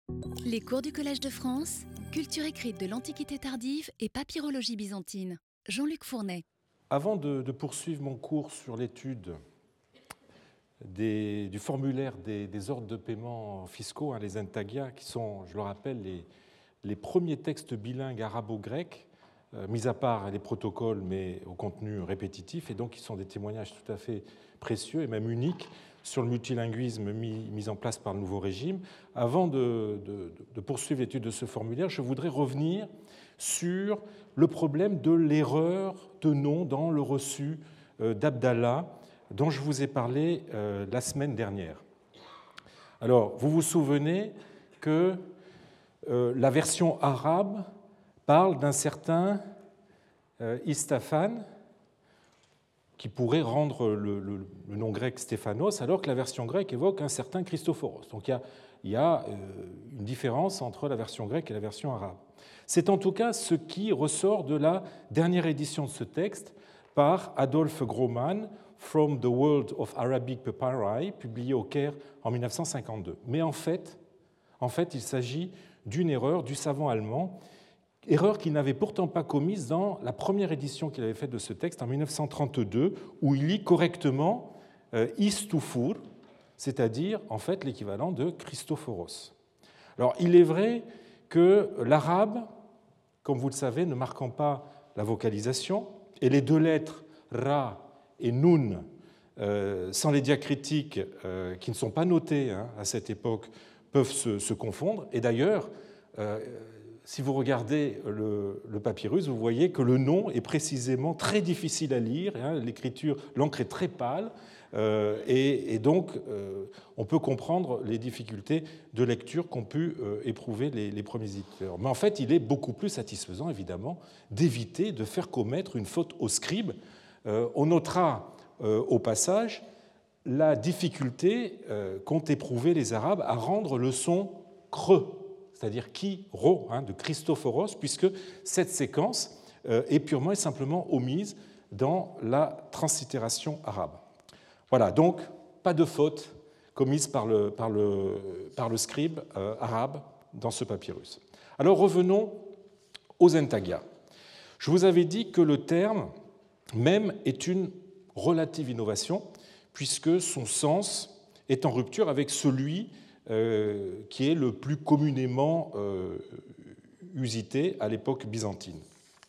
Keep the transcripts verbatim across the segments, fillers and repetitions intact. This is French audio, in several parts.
Les cours du Collège de France, culture écrite de l'Antiquité tardive et papyrologie byzantine. Jean-Luc Fournet. Avant de, de poursuivre mon cours sur l'étude des- du formulaire des, des ordres de paiement fiscaux, hein, les intagia, qui sont, je le rappelle, les, les premiers textes bilingues arabo-grecs, euh, mis à part les protocoles, mais au contenu répétitif, et donc qui sont des témoignages tout à fait précieux et même uniques sur le multilinguisme mis, mis en place par le nouveau régime. Avant de, de- de poursuivre l'étude de ce formulaire, je voudrais revenir sur le problème de l'erreur de nom dans le reçu euh, d'Abdallah, dont je vous ai parlé euh, la semaine dernière. Alors, vous vous souvenez que euh, la version arabe parle d'un certain euh, Istaphan, qui pourrait rendre le, le- le nom grec Stéphanos, alors que la version grecque évoque un certain Christophoros. Donc il y a, il y a, euh, une différence entre la version grecque et la version arabe. C'est en tout cas ce qui ressort de la dernière édition de ce texte par Adolphe Groman, From the World of Arabic Papyri, publié au Caire en mille neuf cent cinquante-deux. Mais en fait, en fait il s'agit d'une erreur du savant allemand, erreur qu'il n'avait pourtant pas commise dans la première édition qu'il avait faite de ce texte en mille neuf cent trente-deux, où il lit correctement euh, Istufur, c'est-à-dire en fait l'équivalent de Christophoros. Alors il est vrai que l'arabe, comme vous le savez, ne marquant pas la vocalisation, et les deux lettres Ra et Nun, euh, sans les diacritiques euh, qui ne sont pas notées hein, à cette époque, peuvent se, se confondre. Et d'ailleurs, euh, si vous regardez le, le papyrus, vous voyez que le nom est précisément très difficile à lire. Hein, l'écriture, l'encre est très pâle, euh, et, et donc euh, on peut comprendre les difficultés de lecture qu'ont pu euh, éprouver les, les premiers éditeurs. Mais en fait, il est beaucoup plus satisfaisant, évidemment, d'éviter de faire commettre une faute au scribe. Euh, on notera euh, au passage la difficulté euh, qu'ont éprouvé les Arabes à rendre le son creux, c'est-à-dire qui, ro, hein, de Christophoros, puisque cette séquence euh, est purement et simplement omise dans la translittération arabe. Voilà, donc pas de faute commise par le, par le, par le scribe euh, arabe dans ce papyrus. Alors revenons aux intagia. Je vous avais dit que le terme même est une relative innovation, puisque son sens est en rupture avec celui euh, qui est le plus communément euh, usité à l'époque byzantine.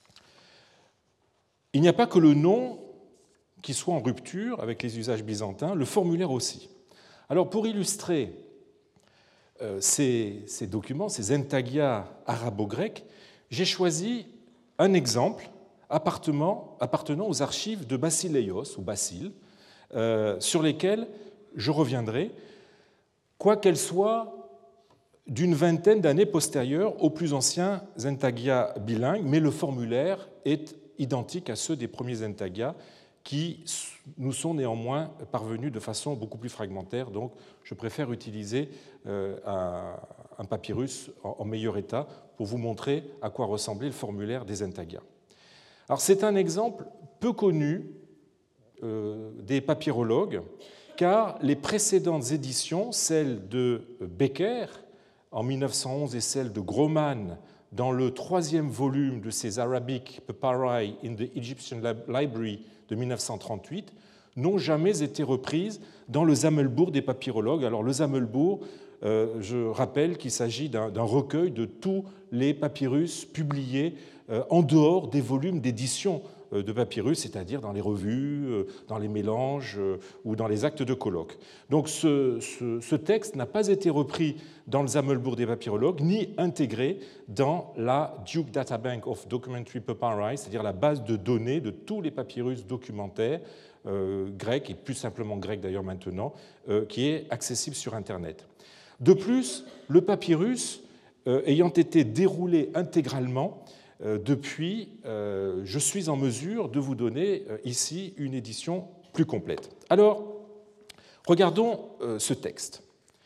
Il n'y a pas que le nom qui soit en rupture avec les usages byzantins, le formulaire aussi. Alors pour illustrer euh, ces, ces documents, ces intagia arabo-grecs, j'ai choisi un exemple appartenant, appartenant aux archives de Basileios, ou Basile, euh, sur lesquelles je reviendrai, quoiqu'elles soient d'une vingtaine d'années postérieures aux plus anciens intagia bilingues, mais le formulaire est identique à ceux des premiers intagia qui nous sont néanmoins parvenus de façon beaucoup plus fragmentaire, donc je préfère utiliser euh, un, un papyrus en, en meilleur état pour vous montrer à quoi ressemblait le formulaire des intagia. Alors c'est un exemple peu connu euh, des papyrologues, car les précédentes éditions, celles de Becker en mille neuf cent onze et celle de Groman dans le troisième volume de ses Arabic Papyri in the Egyptian Library de mille neuf cent trente-huit, n'ont jamais été reprises dans le Zammelbourg des papyrologues. Alors le Zammelbourg, euh, je rappelle qu'il s'agit d'un, d'un recueil de tous les papyrus publiés euh, en dehors des volumes d'édition de papyrus, c'est-à-dire dans les revues, dans les mélanges ou dans les actes de colloque. Donc ce, ce, ce texte n'a pas été repris dans le Zammelbourg des papyrologues, ni intégré dans la Duke Data Bank of Documentary Papyri, c'est-à-dire la base de données de tous les papyrus documentaires euh, grecs, et plus simplement grecs d'ailleurs maintenant, euh, qui est accessible sur Internet. De plus, le papyrus, euh, ayant été déroulé intégralement, depuis, euh, je suis en mesure de vous donner euh, ici une édition plus complète. Alors, regardons euh, ce texte.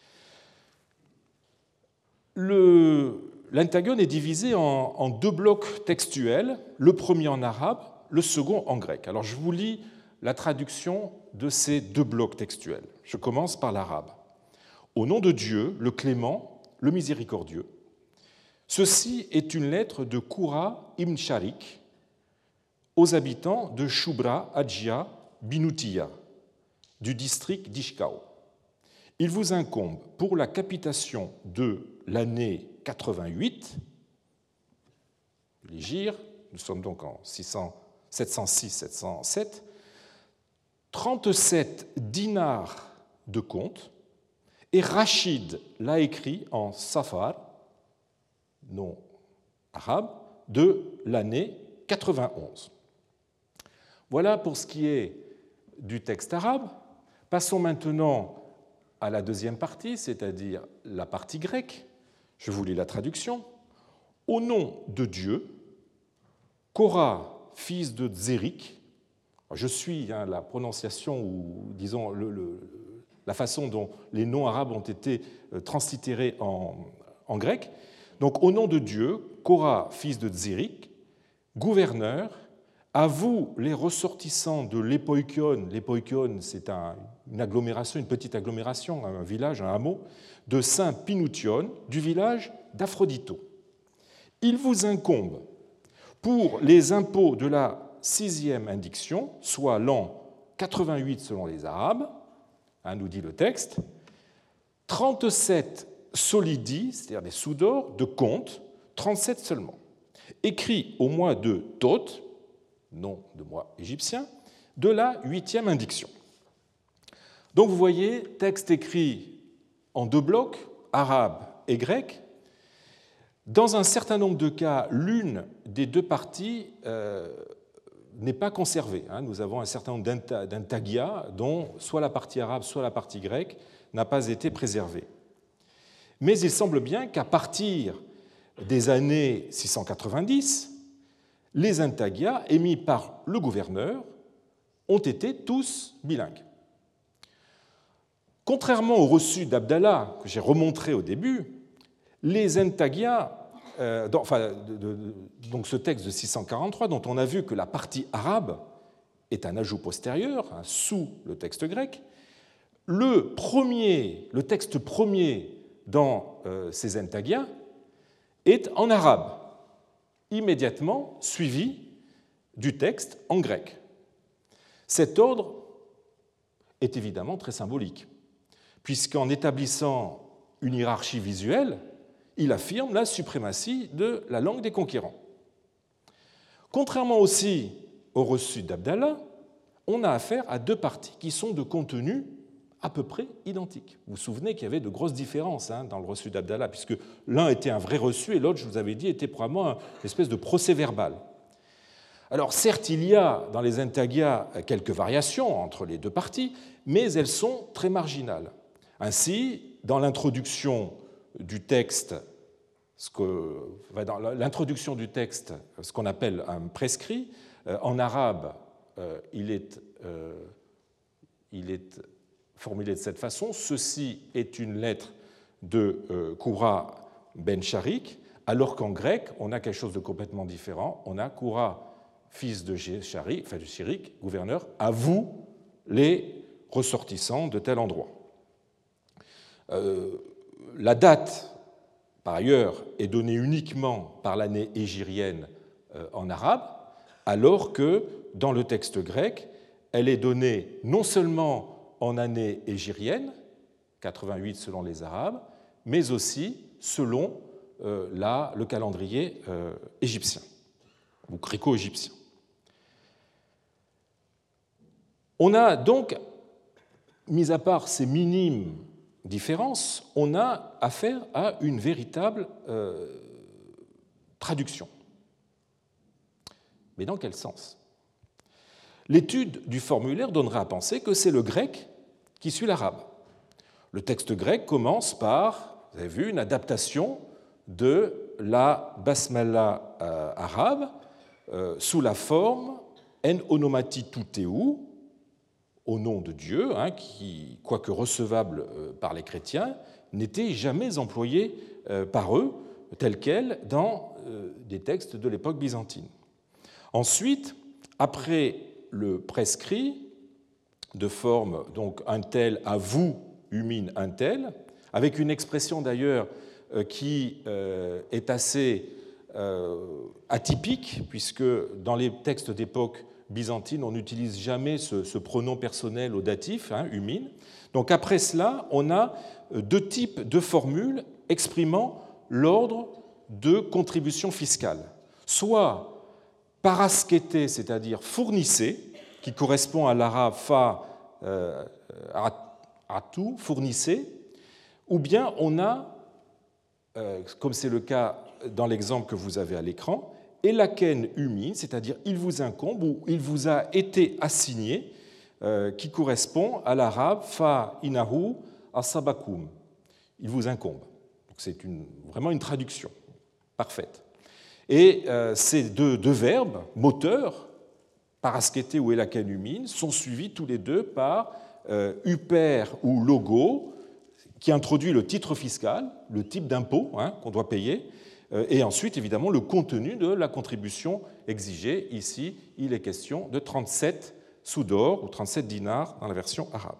L'intagone est divisé en, en deux blocs textuels, le premier en arabe, le second en grec. Alors, je vous lis la traduction de ces deux blocs textuels. Je commence par l'arabe. Au nom de Dieu, le clément, le miséricordieux. Ceci est une lettre de Qurra ibn Sharik aux habitants de Shubra Adjia Binutiya, du district d'Ishkao. Il vous incombe, pour la capitation de l'année quatre-vingt-huit, l'Hégire, nous sommes donc en sept cent six sept cent sept, trente-sept dinars de compte, et Rachid l'a écrit en Safar, nom arabe, de l'année quatre-vingt-onze. Voilà pour ce qui est du texte arabe. Passons maintenant à la deuxième partie, c'est-à-dire la partie grecque. Je vous lis la traduction. Au nom de Dieu, Korah, fils de Zérik, je suis hein, la prononciation ou disons le, le, la façon dont les noms arabes ont été translittérés en, en grec. Donc, au nom de Dieu, Korah, fils de Zérik, gouverneur, à vous les ressortissants de l'Époikion, l'Époikion c'est un, une agglomération, une petite agglomération, un village, un hameau, de Saint-Pinoution, du village d'Aphrodito. Il vous incombe, pour les impôts de la sixième indiction, soit l'an quatre-vingt-huit selon les Arabes, hein, nous dit le texte, trente-sept solidi, c'est-à-dire des sous d'or, de compte, trente-sept seulement, écrit au mois de Thoth, nom de mois égyptien, de la huitième indiction. Donc vous voyez, texte écrit en deux blocs, arabe et grec. Dans un certain nombre de cas, l'une des deux parties euh, n'est pas conservée. Hein. Nous avons un certain nombre d'intagia dont soit la partie arabe, soit la partie grecque n'a pas été préservée. Mais il semble bien qu'à partir des années six cent quatre-vingt-dix, les intagias émis par le gouverneur ont été tous bilingues. Contrairement au reçu d'Abdallah que j'ai remontré au début, les intagias, euh, enfin, de, de, donc ce texte de six cent quarante-trois, dont on a vu que la partie arabe est un ajout postérieur, hein, sous le texte grec, le, premier, le texte premier dans euh, ces intagias est en arabe, immédiatement suivi du texte en grec. Cet ordre est évidemment très symbolique, puisqu'en établissant une hiérarchie visuelle, il affirme la suprématie de la langue des conquérants. Contrairement aussi au reçu d'Abdallah, on a affaire à deux parties qui sont de contenu à peu près identiques. Vous vous souvenez qu'il y avait de grosses différences hein, dans le reçu d'Abdallah, puisque l'un était un vrai reçu et l'autre, je vous avais dit, était probablement une espèce de procès-verbal. Alors certes, il y a dans les intagias quelques variations entre les deux parties, mais elles sont très marginales. Ainsi, dans l'introduction du texte, ce que, dans l'introduction du texte, ce qu'on appelle un prescrit, en arabe, il est, il est formulé de cette façon. Ceci est une lettre de Qurra ben Sharik, alors qu'en grec, on a quelque chose de complètement différent. On a Qurra, fils de Sharik, enfin de Sharik, gouverneur, à vous les ressortissants de tel endroit. Euh, la date, par ailleurs, est donnée uniquement par l'année hégirienne euh, en arabe, alors que dans le texte grec, elle est donnée non seulement en année hégirienne, quatre-vingt-huit selon les Arabes, mais aussi selon euh, la, le calendrier euh, égyptien, ou gréco-égyptien. On a donc, mis à part ces minimes différences, on a affaire à une véritable euh, traduction. Mais dans quel sens ? L'étude du formulaire donnerait à penser que c'est le grec qui suit l'arabe. Le texte grec commence par, vous avez vu, une adaptation de la basmala euh, arabe euh, sous la forme en onomati tuteu, au nom de Dieu, hein, qui, quoique recevable euh, par les chrétiens, n'était jamais employé euh, par eux tel quel dans euh, des textes de l'époque byzantine. Ensuite, après le prescrit, de forme donc un tel à vous, humine un tel, avec une expression d'ailleurs qui est assez atypique, puisque dans les textes d'époque byzantine, on n'utilise jamais ce, ce pronom personnel au datif, hein, humine. Donc après cela, on a deux types de formules exprimant l'ordre de contribution fiscale. Soit paraskete, c'est-à-dire fournissez, qui correspond à l'arabe fa euh, atu, fournissez, ou bien on a, euh, comme c'est le cas dans l'exemple que vous avez à l'écran, elaken humine, c'est-à-dire il vous incombe ou il vous a été assigné, euh, qui correspond à l'arabe fa inahu asabakum, il vous incombe. Donc c'est une, vraiment une traduction parfaite. Et euh, ces deux, deux verbes, moteurs, paraskete ou elaken humine, sont suivis tous les deux par euh, uper ou logo, qui introduit le titre fiscal, le type d'impôt hein, qu'on doit payer, et ensuite, évidemment, le contenu de la contribution exigée. Ici, il est question de trente-sept sous d'or, ou trente-sept dinars dans la version arabe.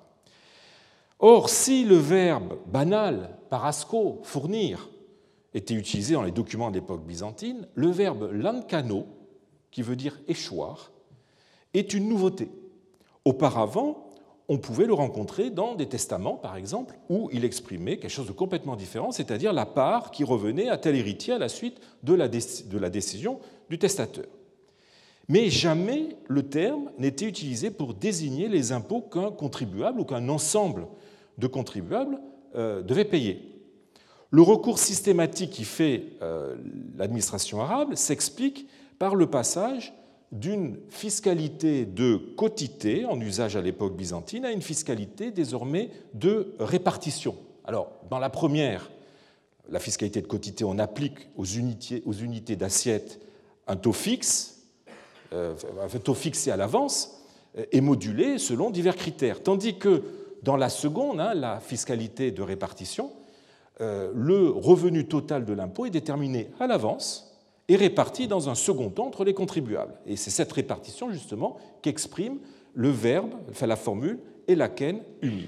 Or, si le verbe banal, parasko, fournir, était utilisé dans les documents de l'époque byzantine, le verbe lankano, qui veut dire échoir, est une nouveauté. Auparavant, on pouvait le rencontrer dans des testaments, par exemple, où il exprimait quelque chose de complètement différent, c'est-à-dire la part qui revenait à tel héritier à la suite de la, de la décision du testateur. Mais jamais le terme n'était utilisé pour désigner les impôts qu'un contribuable ou qu'un ensemble de contribuables euh, devait payer. Le recours systématique qui fait euh, l'administration arabe s'explique par le passage d'une fiscalité de quotité, en usage à l'époque byzantine, à une fiscalité désormais de répartition. Alors, dans la première, la fiscalité de quotité, on applique aux unités, aux unités d'assiette un taux fixe, euh, un taux fixé à l'avance, et modulé selon divers critères. Tandis que dans la seconde, hein, la fiscalité de répartition, euh, le revenu total de l'impôt est déterminé à l'avance et réparti dans un second temps entre les contribuables. Et c'est cette répartition, justement, qu'exprime le verbe, enfin la formule, elaken humine.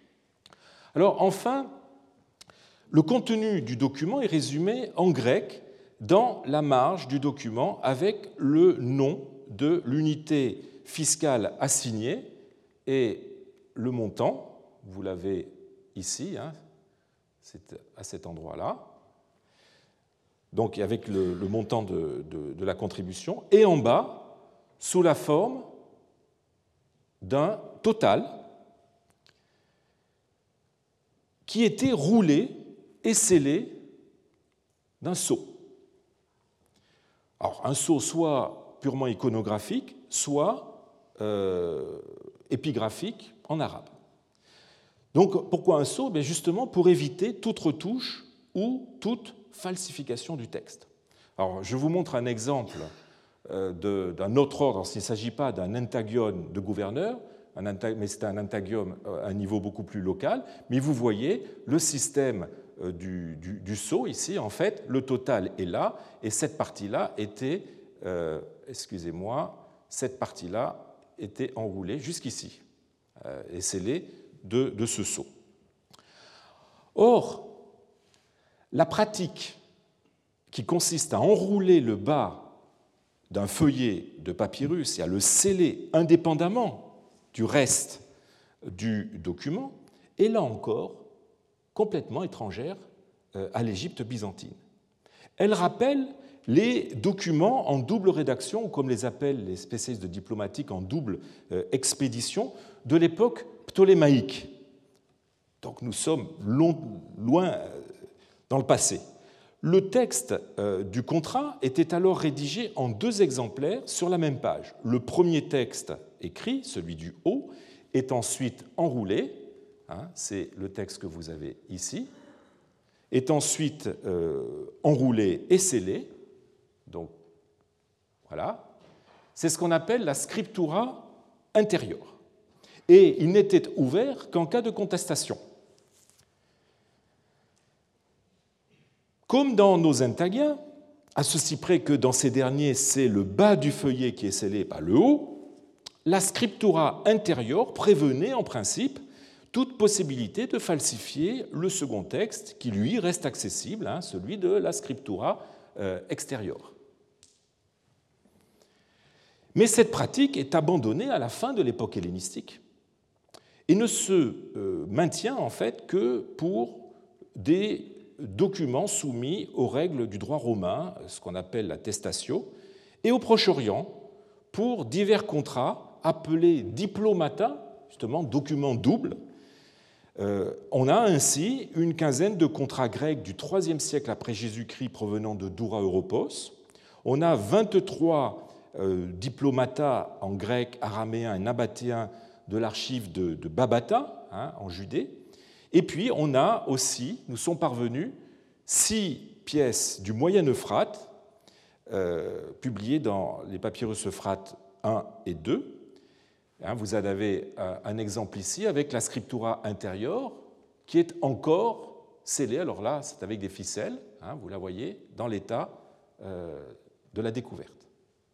Alors, enfin, le contenu du document est résumé en grec dans la marge du document avec le nom de l'unité fiscale assignée et le montant, vous l'avez ici, hein, c'est à cet endroit-là, donc avec le, le montant de, de, de la contribution, et en bas, sous la forme d'un total qui était roulé et scellé d'un sceau. Alors, un sceau soit purement iconographique, soit euh, épigraphique en arabe. Donc, pourquoi un sceau? Bien justement pour éviter toute retouche ou toute falsification du texte. Alors, je vous montre un exemple d'un autre ordre. Il ne s'agit pas d'un entagion de gouverneur, mais c'est un entagion à un niveau beaucoup plus local. Mais vous voyez le système du, du, du sceau ici. En fait, le total est là, et cette partie-là était, euh, excusez-moi, cette partie-là était enroulée jusqu'ici euh, et scellée de, de ce sceau. Or, la pratique qui consiste à enrouler le bas d'un feuillet de papyrus et à le sceller indépendamment du reste du document est là encore complètement étrangère à l'Égypte byzantine. Elle rappelle les documents en double rédaction, ou comme les appellent les spécialistes de diplomatique, en double expédition, de l'époque ptolémaïque. Donc nous sommes long, loin dans le passé. Le texte du contrat était alors rédigé en deux exemplaires sur la même page. Le premier texte écrit, celui du haut, est ensuite enroulé, hein, c'est le texte que vous avez ici, est ensuite euh, enroulé et scellé. Donc voilà, c'est ce qu'on appelle la scriptura intérieure. Et il n'était ouvert qu'en cas de contestation. Comme dans nos intagiens, à ceci près que dans ces derniers, c'est le bas du feuillet qui est scellé, pas le haut, la scriptura intérieure prévenait en principe toute possibilité de falsifier le second texte qui, lui, reste accessible, hein, celui de la scriptura euh, extérieure. Mais cette pratique est abandonnée à la fin de l'époque hellénistique et ne se euh, maintient en fait que pour des documents soumis aux règles du droit romain, ce qu'on appelle la testatio, et au Proche-Orient pour divers contrats appelés diplomata, justement documents doubles. Euh, on a ainsi une quinzaine de contrats grecs du troisième siècle après Jésus-Christ provenant de Doura Europos. On a vingt-trois euh, diplomata en grec, araméen et nabatéen de l'archive de, de Babata, hein, en Judée. Et puis on a aussi, nous sont parvenus, six pièces du Moyen-Euphrate, euh, publiées dans les papyrus Euphrate un et deux. Vous en avez un exemple ici avec la scriptura intérieure qui est encore scellée. Alors là, c'est avec des ficelles, hein, vous la voyez, dans l'état euh, de la découverte.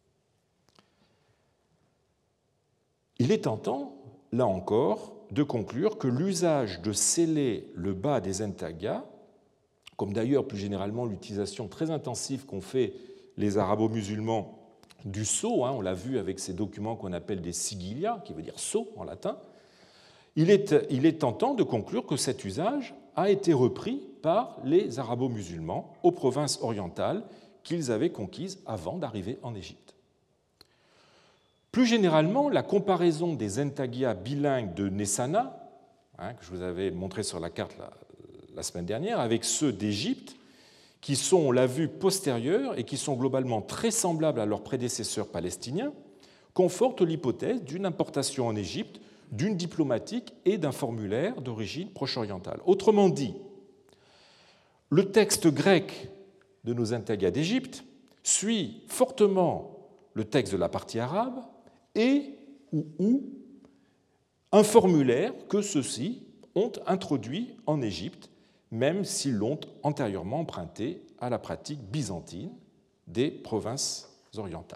Il est tentant, là encore, de conclure que l'usage de sceller le bas des intaglias, comme d'ailleurs plus généralement l'utilisation très intensive qu'ont fait les arabo-musulmans du sceau, hein, on l'a vu avec ces documents qu'on appelle des sigillia, qui veut dire sceau en latin, il est, il est tentant de conclure que cet usage a été repris par les arabo-musulmans aux provinces orientales qu'ils avaient conquises avant d'arriver en Égypte. Plus généralement, la comparaison des intaglias bilingues de Nessana, hein, que je vous avais montré sur la carte la, la semaine dernière, avec ceux d'Égypte, qui sont, on l'a vu, postérieurs et qui sont globalement très semblables à leurs prédécesseurs palestiniens, confortent l'hypothèse d'une importation en Égypte d'une diplomatique et d'un formulaire d'origine proche-orientale. Autrement dit, le texte grec de nos intaglias d'Égypte suit fortement le texte de la partie arabe et ou, ou un formulaire que ceux-ci ont introduit en Égypte, même s'ils l'ont antérieurement emprunté à la pratique byzantine des provinces orientales.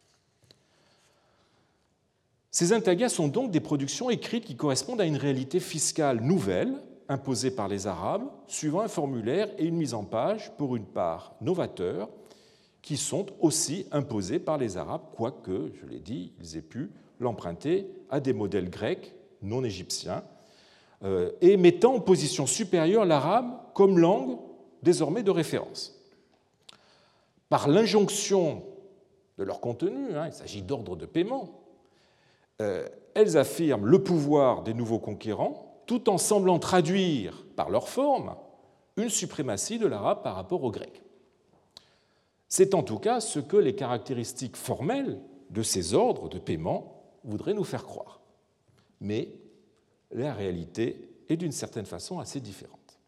Ces intaglias sont donc des productions écrites qui correspondent à une réalité fiscale nouvelle imposée par les Arabes, suivant un formulaire et une mise en page, pour une part novateurs, qui sont aussi imposés par les Arabes, quoique, je l'ai dit, ils aient pu l'emprunter à des modèles grecs non égyptiens, et mettant en position supérieure l'arabe comme langue désormais de référence. Par l'injonction de leur contenu, hein, il s'agit d'ordre de paiement, euh, elles affirment le pouvoir des nouveaux conquérants tout en semblant traduire par leur forme une suprématie de l'arabe par rapport au grec. C'est en tout cas ce que les caractéristiques formelles de ces ordres de paiement voudraient nous faire croire. Mais la réalité est d'une certaine façon assez différente.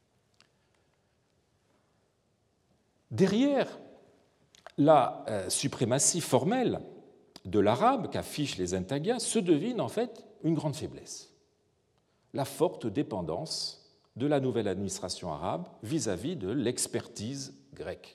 Derrière la euh, suprématie formelle de l'arabe qu'affichent les intaglias se devine en fait une grande faiblesse, la forte dépendance de la nouvelle administration arabe vis-à-vis de l'expertise grecque.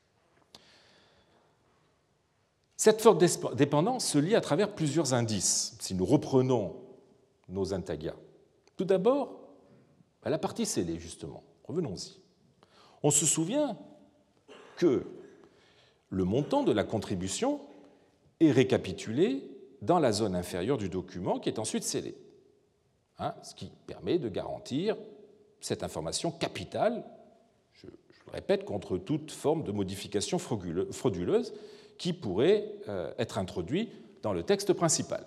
Cette forte dépendance se lie à travers plusieurs indices, si nous reprenons nos intaglias. Tout d'abord, à la partie scellée, justement. Revenons-y. On se souvient que le montant de la contribution est récapitulé dans la zone inférieure du document qui est ensuite scellée, hein, ce qui permet de garantir cette information capitale, je, je le répète, contre toute forme de modification frauduleuse qui pourrait euh, être introduite dans le texte principal.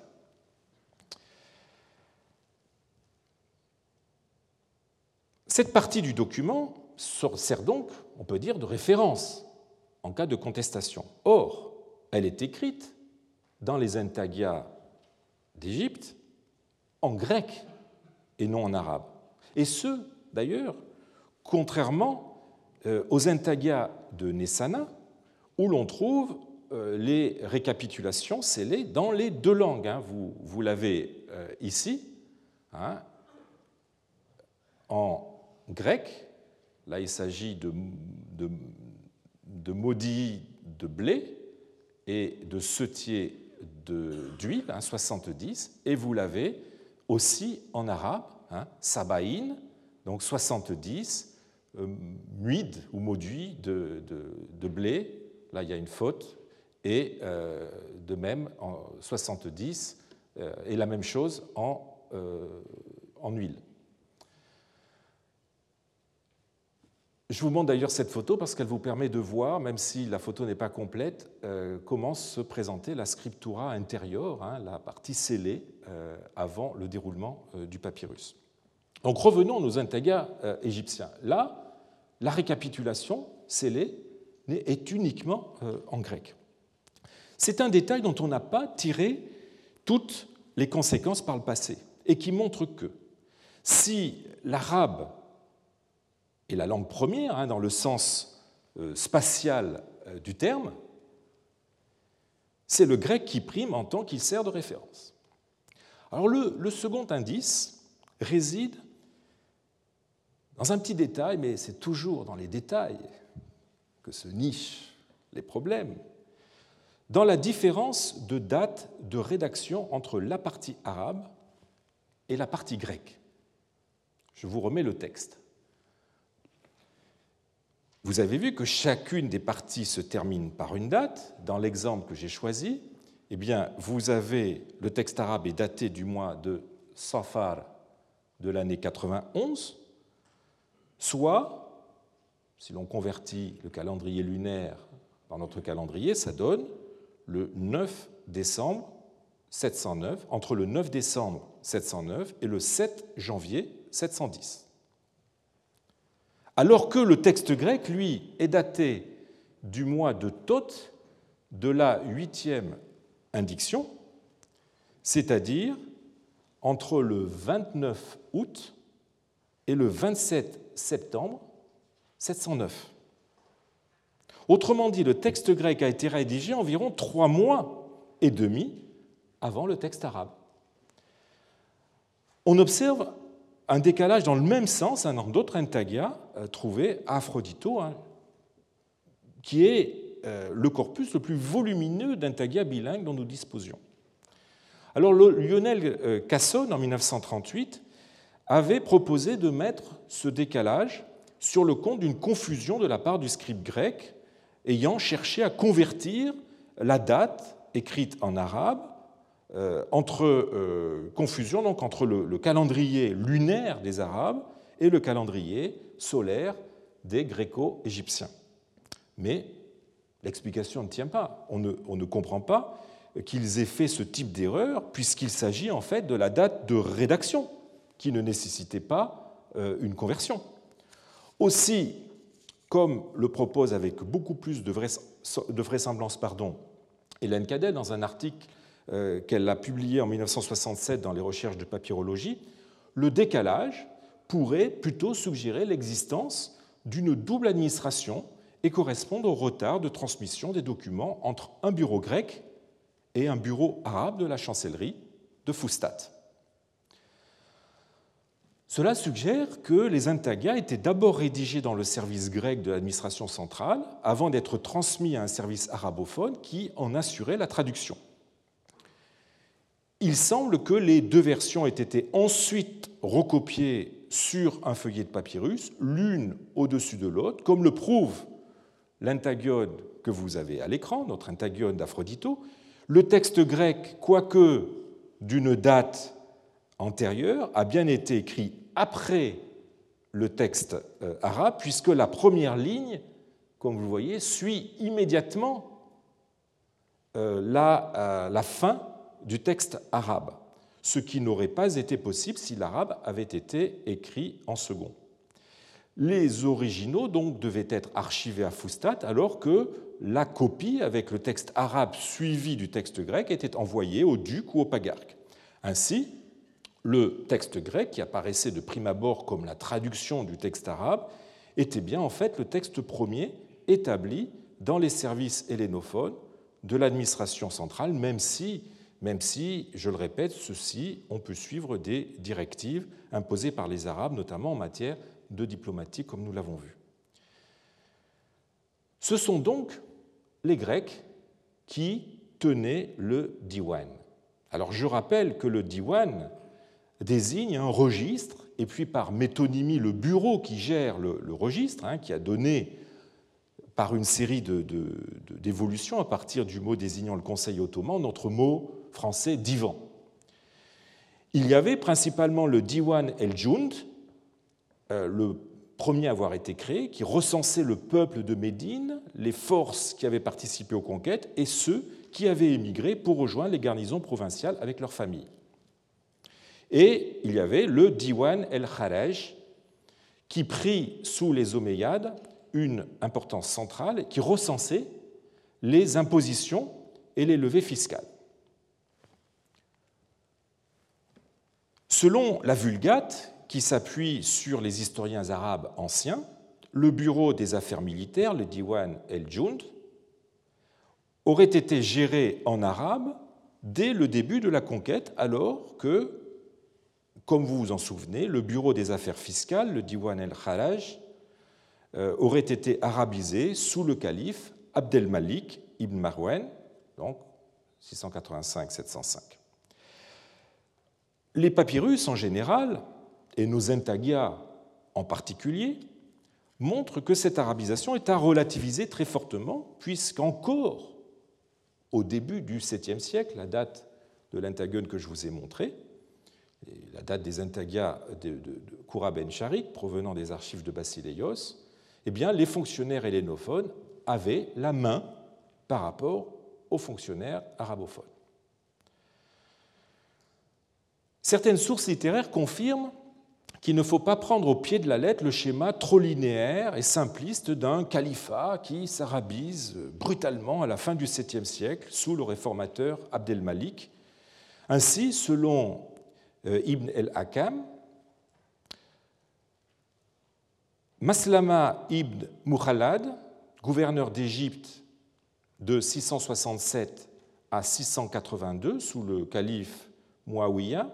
Cette partie du document sert donc, on peut dire, de référence en cas de contestation. Or, elle est écrite dans les intaglias d'Égypte en grec et non en arabe. Et ce, d'ailleurs, contrairement aux intaglias de Nessana, où l'on trouve les récapitulations scellées dans les deux langues. Vous, vous l'avez ici, hein, en grec, là il s'agit de, de, de maudits de blé et de seutiers d'huile, hein, soixante-dix, et vous l'avez aussi en arabe, hein, sabaïn, donc soixante-dix, euh, muid ou mauduit de, de, de blé, là il y a une faute, et euh, de même en soixante-dix, euh, et la même chose en, euh, en huile. Je vous montre d'ailleurs cette photo parce qu'elle vous permet de voir, même si la photo n'est pas complète, euh, comment se présentait la scriptura intérieure, hein, la partie scellée, euh, avant le déroulement euh, du papyrus. Donc revenons à nos intagas euh, égyptiens. Là, la récapitulation scellée est uniquement euh, en grec. C'est un détail dont on n'a pas tiré toutes les conséquences par le passé et qui montre que si l'arabe est la langue première, hein, dans le sens euh, spatial euh, du terme, c'est le grec qui prime en tant qu'il sert de référence. Alors le, le second indice réside dans un petit détail, mais c'est toujours dans les détails que se nichent les problèmes, dans la différence de date de rédaction entre la partie arabe et la partie grecque. Je vous remets le texte. Vous avez vu que chacune des parties se termine par une date. Dans l'exemple que j'ai choisi, eh bien, vous avez le texte arabe est daté du mois de Safar de l'année quatre-vingt-onze, soit, si l'on convertit le calendrier lunaire dans notre calendrier, ça donne le neuf décembre sept cent neuf, entre le neuf décembre sept cent neuf et le sept janvier sept cent dix. Alors que le texte grec, lui, est daté du mois de Thoth de la huitième indiction, c'est-à-dire entre le vingt-neuf août et le vingt-sept septembre sept cent neuf. Autrement dit, le texte grec a été rédigé environ trois mois et demi avant le texte arabe. On observe un décalage dans le même sens, un d'autres intagias euh, trouvés à Aphrodito, hein, qui est euh, le corpus le plus volumineux d'intagias bilingues dont nous disposions. Alors Lionel euh, Casson, en mille neuf cent trente-huit, avait proposé de mettre ce décalage sur le compte d'une confusion de la part du scribe grec ayant cherché à convertir la date écrite en arabe euh, entre euh, confusion donc entre le, le calendrier lunaire des Arabes et le calendrier solaire des Gréco-égyptiens. Mais l'explication ne tient pas. On ne, on ne comprend pas qu'ils aient fait ce type d'erreur puisqu'il s'agit en fait de la date de rédaction qui ne nécessitait pas euh, une conversion. Aussi, comme le propose avec beaucoup plus de, de vraisemblance pardon, Hélène Cadet dans un article euh, qu'elle a publié en mille neuf cent soixante-sept dans les recherches de papyrologie, le décalage pourrait plutôt suggérer l'existence d'une double administration et correspondre au retard de transmission des documents entre un bureau grec et un bureau arabe de la chancellerie de Fustat. Cela suggère que les intagias étaient d'abord rédigés dans le service grec de l'administration centrale avant d'être transmis à un service arabophone qui en assurait la traduction. Il semble que les deux versions aient été ensuite recopiées sur un feuillet de papyrus, l'une au-dessus de l'autre, comme le prouve l'intagione que vous avez à l'écran, notre intagione d'Aphrodito. Le texte grec, quoique d'une date antérieure, a bien été écrit après le texte arabe, puisque la première ligne, comme vous le voyez, suit immédiatement la, la fin du texte arabe, ce qui n'aurait pas été possible si l'arabe avait été écrit en second. Les originaux donc devaient être archivés à Fustat, alors que la copie avec le texte arabe suivi du texte grec était envoyée au duc ou au pagarque. Ainsi, le texte grec, qui apparaissait de prime abord comme la traduction du texte arabe, était bien en fait le texte premier établi dans les services hellénophones de l'administration centrale, même si, même si, je le répète, ceci, on peut suivre des directives imposées par les Arabes, notamment en matière de diplomatie, comme nous l'avons vu. Ce sont donc les Grecs qui tenaient le diwan. Alors je rappelle que le diwan désigne un registre et puis par métonymie le bureau qui gère le, le registre, hein, qui a donné par une série de, de, de, d'évolutions à partir du mot désignant le Conseil ottoman, notre mot français divan. Il y avait principalement le Diwan el-Jund, euh, le premier à avoir été créé, qui recensait le peuple de Médine, les forces qui avaient participé aux conquêtes et ceux qui avaient émigré pour rejoindre les garnisons provinciales avec leurs familles. Et il y avait le Diwan el-Kharaj, qui prit sous les Omeyyades une importance centrale, qui recensait les impositions et les levées fiscales. Selon la Vulgate, qui s'appuie sur les historiens arabes anciens, le bureau des affaires militaires, le Diwan el-Jund, aurait été géré en arabe dès le début de la conquête, alors que, comme vous vous en souvenez, le bureau des affaires fiscales, le Diwan el-Kharaj, aurait été arabisé sous le calife Abdelmalik ibn Marwan, donc six cent quatre-vingt-cinq à sept cent cinq. Les papyrus en général, et nos intaglias en particulier, montrent que cette arabisation est à relativiser très fortement, puisqu'encore au début du septième siècle, la date de l'intagone que je vous ai montrée, la date des intaglias de, de, de Koura ben Sharik, provenant des archives de Basileios, eh bien, les fonctionnaires hellénophones avaient la main par rapport aux fonctionnaires arabophones. Certaines sources littéraires confirment qu'il ne faut pas prendre au pied de la lettre le schéma trop linéaire et simpliste d'un califat qui s'arabise brutalement à la fin du septième siècle sous le réformateur Abdelmalik. Ainsi, selon Ibn el-Hakam, Maslama ibn Mukhalad, gouverneur d'Égypte de six cent soixante-sept à six cent quatre-vingt-deux sous le calife Muawiyah,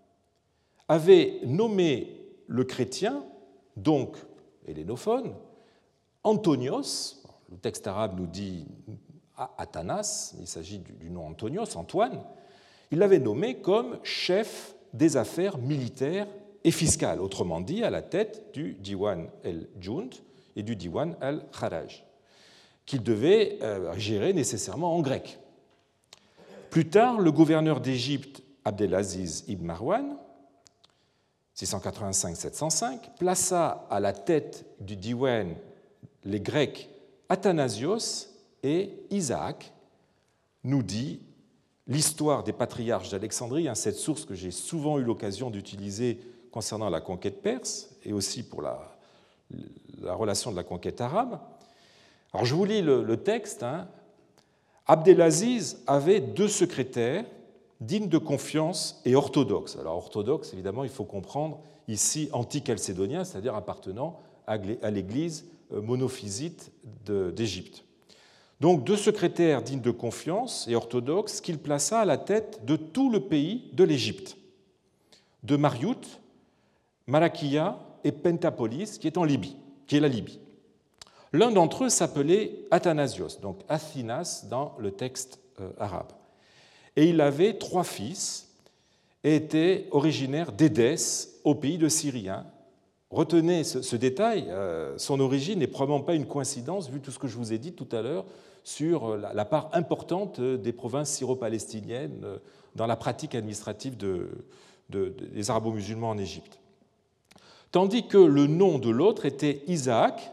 avait nommé le chrétien, donc hellénophone, Antonios, le texte arabe nous dit Athanas, il s'agit du nom Antonios, Antoine, il l'avait nommé comme chef des affaires militaires et fiscales, autrement dit à la tête du Diwan el-Jund et du Diwan el-Kharaj, qu'il devait gérer nécessairement en grec. Plus tard, le gouverneur d'Égypte, Abdelaziz ibn Marwan, six cent quatre-vingt-cinq à sept cent cinq, plaça à la tête du Diwan les Grecs Athanasios et Isaac, nous dit l'histoire des patriarches d'Alexandrie, cette source que j'ai souvent eu l'occasion d'utiliser concernant la conquête perse et aussi pour la, la relation de la conquête arabe. Alors je vous lis le, le texte. Hein. Abdelaziz avait deux secrétaires dignes de confiance et orthodoxes. Alors orthodoxe, évidemment, il faut comprendre ici anti-chalcédonien, c'est-à-dire appartenant à l'église monophysite d'Égypte. Donc deux secrétaires dignes de confiance et orthodoxes qu'il plaça à la tête de tout le pays de l'Égypte, de Mariout, Malakia et Pentapolis, qui est en Libye, qui est la Libye. L'un d'entre eux s'appelait Athanasios, donc Athinas dans le texte euh, arabe. Et il avait trois fils et était originaire d'Édesse, au pays de Syrie. Retenez ce, ce détail, euh, son origine n'est probablement pas une coïncidence, vu tout ce que je vous ai dit tout à l'heure sur la, la part importante des provinces syro-palestiniennes euh, dans la pratique administrative de, de, de, des arabo-musulmans en Égypte. Tandis que le nom de l'autre était Isaac,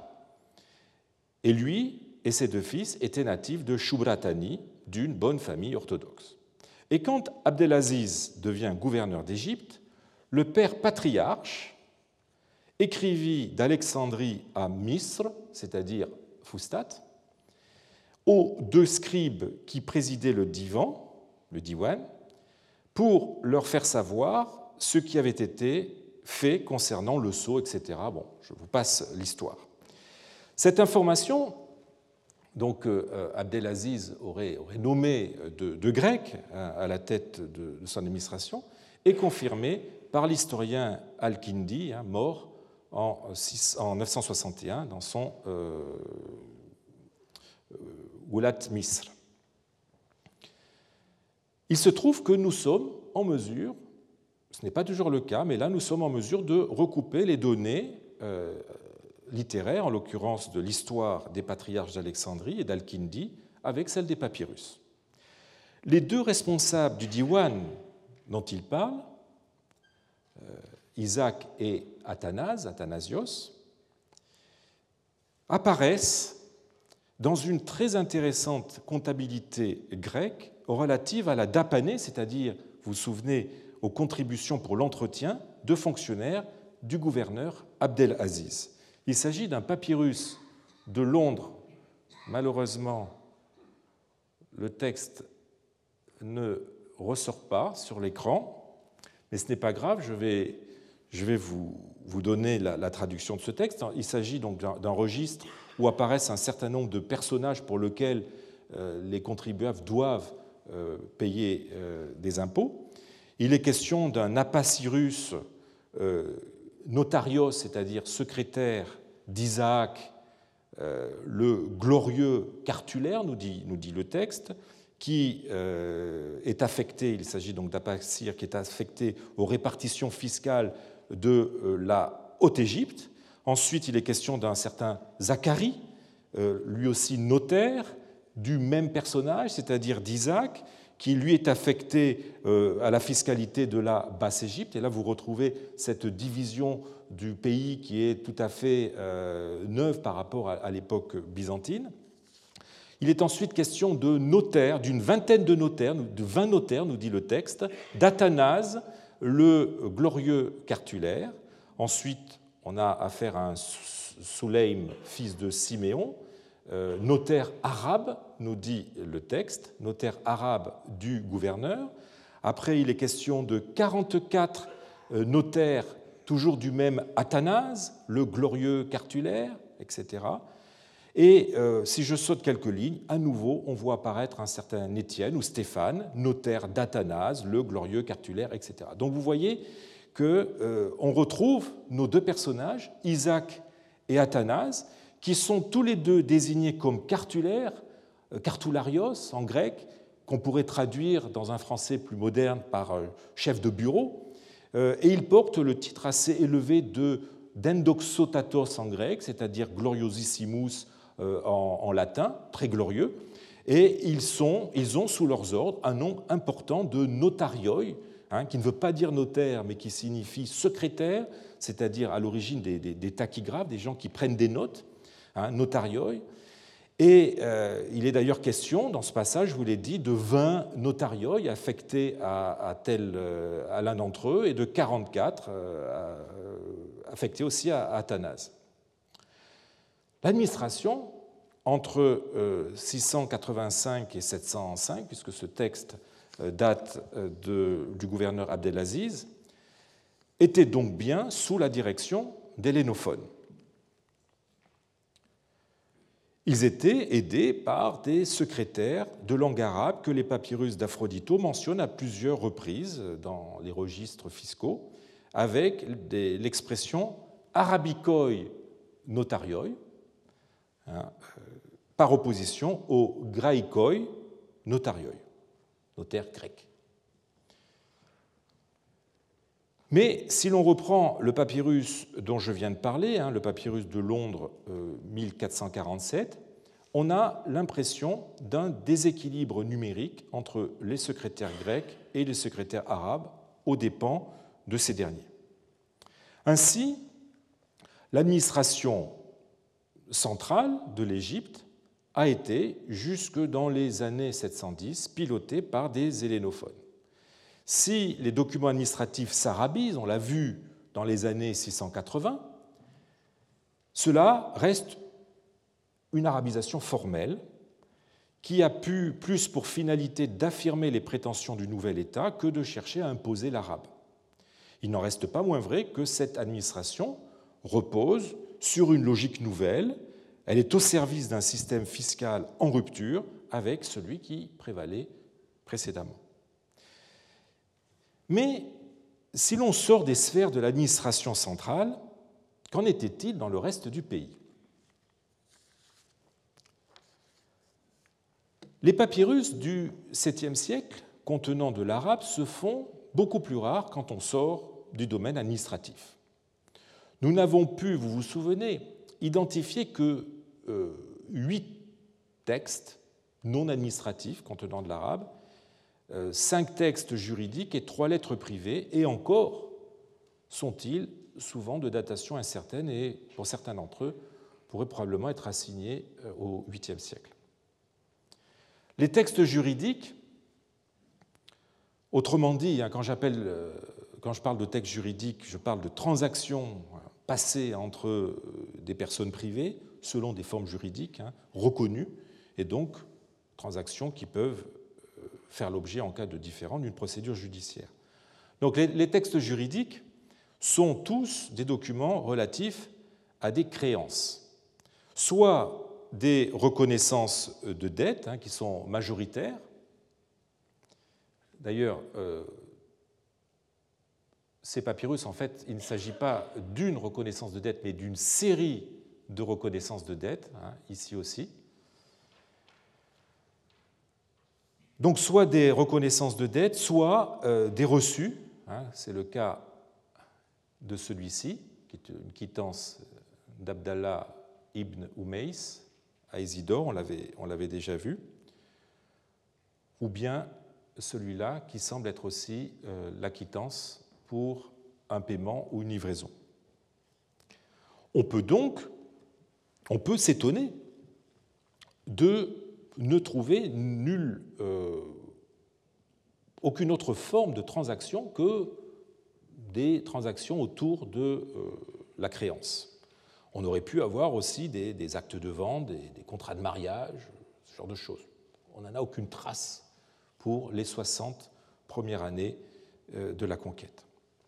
et lui et ses deux fils étaient natifs de Shubratani, d'une bonne famille orthodoxe. Et quand Abdelaziz devient gouverneur d'Égypte, le père patriarche écrivit d'Alexandrie à Misr, c'est-à-dire Fustat, aux deux scribes qui présidaient le divan, le diwan, pour leur faire savoir ce qui avait été fait concernant le sceau, et cetera. Bon, je vous passe l'histoire. Cette information, donc euh, Abdelaziz aurait, aurait nommé deux de Grecs hein, à la tête de, de son administration, est confirmée par l'historien Al-Kindi, hein, mort en, en neuf cent soixante et un dans son euh, euh, Wulat Misr. Il se trouve que nous sommes en mesure Ce n'est pas toujours le cas, mais là, nous sommes en mesure de recouper les données euh, littéraires, en l'occurrence de l'histoire des patriarches d'Alexandrie et d'Al-Kindi, avec celle des papyrus. Les deux responsables du diwan dont il parle, euh, Isaac et Athanase, Athanasios, apparaissent dans une très intéressante comptabilité grecque relative à la dapanée, c'est-à-dire, vous vous souvenez, aux contributions pour l'entretien de fonctionnaires du gouverneur Abdelaziz. Il s'agit d'un papyrus de Londres. Malheureusement, le texte ne ressort pas sur l'écran, mais ce n'est pas grave, je vais, je vais vous, vous donner la, la traduction de ce texte. Il s'agit donc d'un, d'un registre où apparaissent un certain nombre de personnages pour lesquels euh, les contribuables doivent euh, payer euh, des impôts. Il est question d'un Apacyrus euh, notarios, c'est-à-dire secrétaire d'Isaac, euh, le glorieux cartulaire, nous dit, nous dit le texte, qui euh, est affecté, il s'agit donc d'Apacyr, qui est affecté aux répartitions fiscales de euh, la Haute-Égypte. Ensuite, il est question d'un certain Zacharie, euh, lui aussi notaire, du même personnage, c'est-à-dire d'Isaac, qui lui est affecté euh, à la fiscalité de la Basse-Égypte. Et là, vous retrouvez cette division du pays qui est tout à fait euh, neuve par rapport à, à l'époque byzantine. Il est ensuite question de notaires, d'une vingtaine de notaires, de vingt notaires, nous dit le texte, d'Athanase, le glorieux cartulaire. Ensuite, on a affaire à un Souleym, fils de Siméon, euh, notaire arabe, nous dit le texte, notaire arabe du gouverneur. Après, il est question de quarante-quatre notaires, toujours du même Athanase, le glorieux cartulaire, et cetera. Et euh, si je saute quelques lignes, à nouveau, on voit apparaître un certain Étienne ou Stéphane, notaire d'Athanase, le glorieux cartulaire, et cetera. Donc vous voyez qu'on euh, retrouve nos deux personnages, Isaac et Athanase, qui sont tous les deux désignés comme cartulaires, euh, cartularios en grec, qu'on pourrait traduire dans un français plus moderne par euh, chef de bureau, euh, et ils portent le titre assez élevé de d'endoxotatos en grec, c'est-à-dire gloriosissimus En, en latin, très glorieux, et ils, sont, ils ont sous leurs ordres un nombre important de notarioi, hein, qui ne veut pas dire notaire, mais qui signifie secrétaire, c'est-à-dire à l'origine des, des, des tachygraphes, des gens qui prennent des notes, hein, notarioi. Et euh, il est d'ailleurs question, dans ce passage, je vous l'ai dit, de vingt notarioi affectés à, à, tel, à l'un d'entre eux, et de quarante-quatre euh, affectés aussi à, à Athanase. L'administration, entre six cent quatre-vingt-cinq et sept cent cinq, puisque ce texte date de, du gouverneur Abdelaziz, était donc bien sous la direction des hellénophones. Ils étaient aidés par des secrétaires de langue arabe que les papyrus d'Aphrodito mentionnent à plusieurs reprises dans les registres fiscaux, avec des, l'expression arabikoi notarioi, par opposition au graikoi notarioi, notaire grec. Mais si l'on reprend le papyrus dont je viens de parler, hein, le papyrus de Londres euh, mille quatre cent quarante-sept, on a l'impression d'un déséquilibre numérique entre les secrétaires grecs et les secrétaires arabes aux dépens de ces derniers. Ainsi, l'administration centrale de l'Égypte a été, jusque dans les années sept cent dix, pilotée par des hellénophones. Si les documents administratifs s'arabisent, on l'a vu dans les années six cent quatre-vingts, cela reste une arabisation formelle qui a pu plus pour finalité d'affirmer les prétentions du nouvel État que de chercher à imposer l'arabe. Il n'en reste pas moins vrai que cette administration repose sur une logique nouvelle, elle est au service d'un système fiscal en rupture avec celui qui prévalait précédemment. Mais si l'on sort des sphères de l'administration centrale, qu'en était-il dans le reste du pays ? Les papyrus du septième siècle contenant de l'arabe se font beaucoup plus rares quand on sort du domaine administratif. Nous n'avons pu, vous vous souvenez, identifier que euh, huit textes non administratifs contenant de l'arabe, euh, cinq textes juridiques et trois lettres privées, et encore sont-ils souvent de datation incertaine et, pour certains d'entre eux, pourraient probablement être assignés au huitième siècle. Les textes juridiques, autrement dit, quand, j'appelle, quand je parle de textes juridiques, je parle de transactions passées entre des personnes privées selon des formes juridiques hein, reconnues, et donc transactions qui peuvent faire l'objet, en cas de différend, d'une procédure judiciaire. Donc les, les textes juridiques sont tous des documents relatifs à des créances, soit des reconnaissances de dettes hein, qui sont majoritaires. D'ailleurs, euh, ces papyrus, en fait, il ne s'agit pas d'une reconnaissance de dette, mais d'une série de reconnaissances de dette, hein, ici aussi. Donc, soit des reconnaissances de dette, soit euh, des reçus. Hein, c'est le cas de celui-ci, qui est une quittance d'Abdallah ibn Umays à Isidore, on l'avait, on l'avait déjà vu, ou bien celui-là qui semble être aussi euh, la quittance pour un paiement ou une livraison. On peut donc, on peut s'étonner de ne trouver nulle, euh, aucune autre forme de transaction que des transactions autour de euh, la créance. On aurait pu avoir aussi des, des actes de vente, des, des contrats de mariage, ce genre de choses. On n'en a aucune trace pour les soixante premières années euh, de la conquête.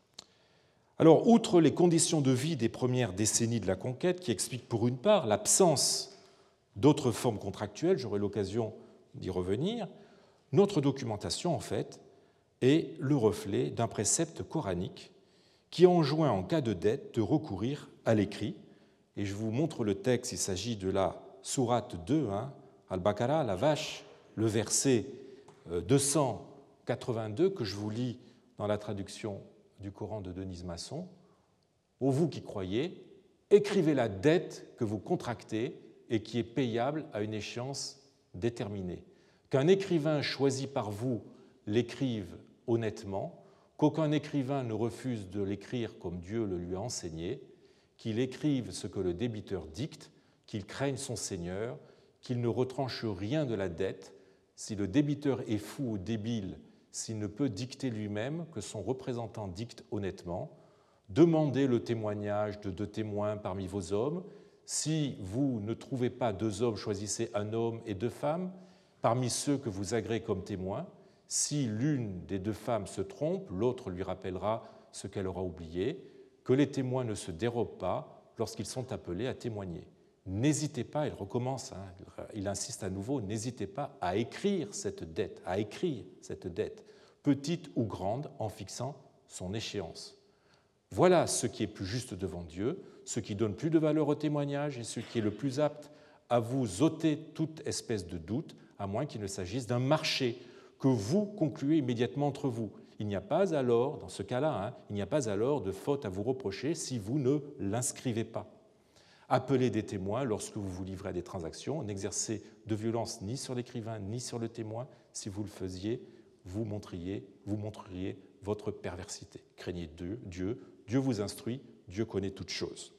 Alors, outre les conditions de vie des premières décennies de la conquête, qui expliquent pour une part l'absence d'autres formes contractuelles, j'aurai l'occasion d'y revenir, notre documentation, en fait, est le reflet d'un précepte coranique qui enjoint, en cas de dette, de recourir à l'écrit. Et je vous montre le texte, il s'agit de la sourate deux, hein, Al-Baqarah, la vache, le verset deux cent quatre-vingt-deux, que je vous lis dans la traduction du Coran de Denise Masson. Ô vous qui croyez, écrivez la dette que vous contractez et qui est payable à une échéance déterminée. Qu'un écrivain choisi par vous l'écrive honnêtement, qu'aucun écrivain ne refuse de l'écrire comme Dieu le lui a enseigné, qu'il écrive ce que le débiteur dicte, qu'il craigne son Seigneur, qu'il ne retranche rien de la dette. Si le débiteur est fou ou débile, s'il ne peut dicter lui-même, que son représentant dicte honnêtement. Demandez le témoignage de deux témoins parmi vos hommes. Si vous ne trouvez pas deux hommes, choisissez un homme et deux femmes parmi ceux que vous agréez comme témoins. Si l'une des deux femmes se trompe, l'autre lui rappellera ce qu'elle aura oublié. Que les témoins ne se dérobent pas lorsqu'ils sont appelés à témoigner. N'hésitez pas, il recommence, hein, il insiste à nouveau, n'hésitez pas à écrire cette dette, à écrire cette dette, petite ou grande, en fixant son échéance. Voilà ce qui est plus juste devant Dieu, ce qui donne plus de valeur au témoignage et ce qui est le plus apte à vous ôter toute espèce de doute, à moins qu'il ne s'agisse d'un marché que vous concluez immédiatement entre vous. Il n'y a pas alors, dans ce cas-là, hein, il n'y a pas alors de faute à vous reprocher si vous ne l'inscrivez pas. Appelez des témoins lorsque vous vous livrez à des transactions. N'exercez de violence ni sur l'écrivain ni sur le témoin. Si vous le faisiez, vous montriez, vous montreriez votre perversité. Craignez Dieu, Dieu, Dieu vous instruit, Dieu connaît toutes choses.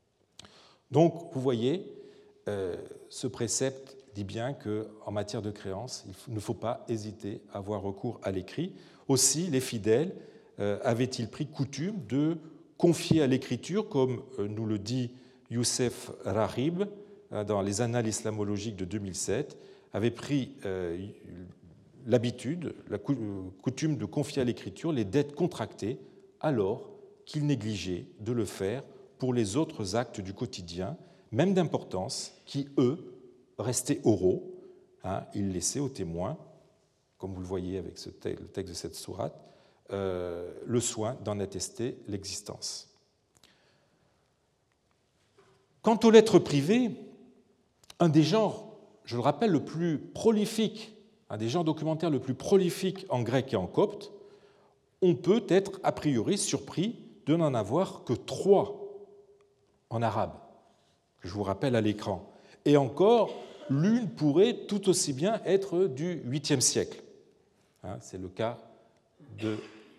Donc, vous voyez, euh, ce précepte dit bien qu'en matière de créance, il ne faut pas hésiter à avoir recours à l'écrit. Aussi, les fidèles euh, avaient-ils pris coutume de confier à l'écriture, comme euh, nous le dit Youssef Rahib euh, dans les Annales islamologiques de deux mille sept, avait pris euh, l'habitude, la coutume de confier à l'écriture les dettes contractées alors qu'ils négligeaient de le faire pour les autres actes du quotidien, même d'importance, qui, eux, restaient oraux. Hein, ils laissaient aux témoins, comme vous le voyez avec ce texte, le texte de cette sourate, euh, le soin d'en attester l'existence. Quant aux lettres privées, un des genres, je le rappelle, le plus prolifique, un des genres documentaires le plus prolifique en grec et en copte, on peut être a priori surpris de n'en avoir que trois en arabe, que je vous rappelle à l'écran. Et encore, l'une pourrait tout aussi bien être du huitième siècle. Hein, c'est le cas de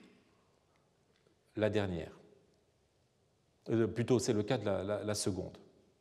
la dernière. Euh, plutôt, c'est le cas de la, la, la seconde.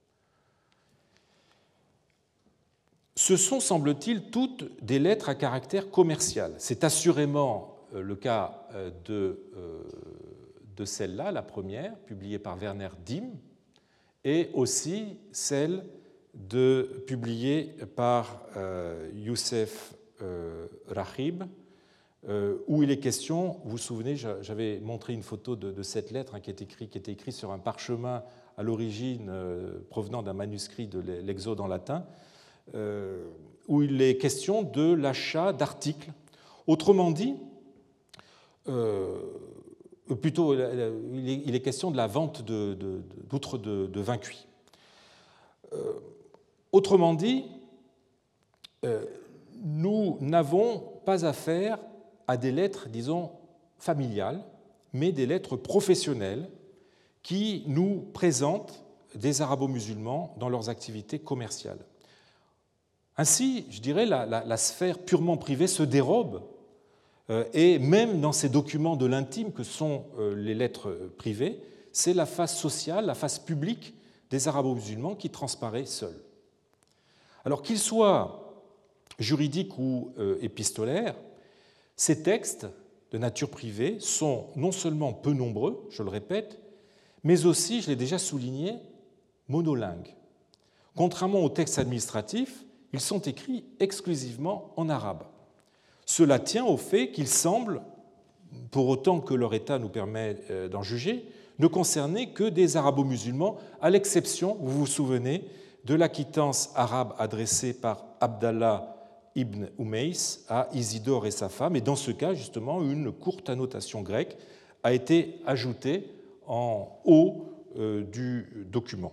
Ce sont, semble-t-il, toutes des lettres à caractère commercial. C'est assurément le cas de, de celle-là, la première, publiée par Werner Dimm, et aussi celle de, publiée par euh, Youssef euh, Rahib, euh, où il est question, vous vous souvenez, j'avais montré une photo de, de cette lettre hein, qui, est écrit, qui était écrite sur un parchemin à l'origine euh, provenant d'un manuscrit de l'Exode en latin, Euh, où il est question de l'achat d'articles. Autrement dit, euh, plutôt, il est, il est question de la vente d'outres de, de, de, de vin cuit. Euh, autrement dit, euh, nous n'avons pas affaire à des lettres, disons, familiales, mais des lettres professionnelles qui nous présentent des arabo-musulmans dans leurs activités commerciales. Ainsi, je dirais, la, la, la sphère purement privée se dérobe, euh, et même dans ces documents de l'intime que sont euh, les lettres privées, c'est la face sociale, la face publique des arabo-musulmans qui transparaît seule. Alors qu'ils soient juridiques ou euh, épistolaires, ces textes de nature privée sont non seulement peu nombreux, je le répète, mais aussi, je l'ai déjà souligné, monolingues. Contrairement aux textes administratifs, ils sont écrits exclusivement en arabe. Cela tient au fait qu'ils semblent, pour autant que leur état nous permet d'en juger, ne concerner que des arabo-musulmans, à l'exception, vous vous souvenez, de la quittance arabe adressée par Abdallah ibn Umays à Isidore et sa femme, et dans ce cas, justement, une courte annotation grecque a été ajoutée en haut du document,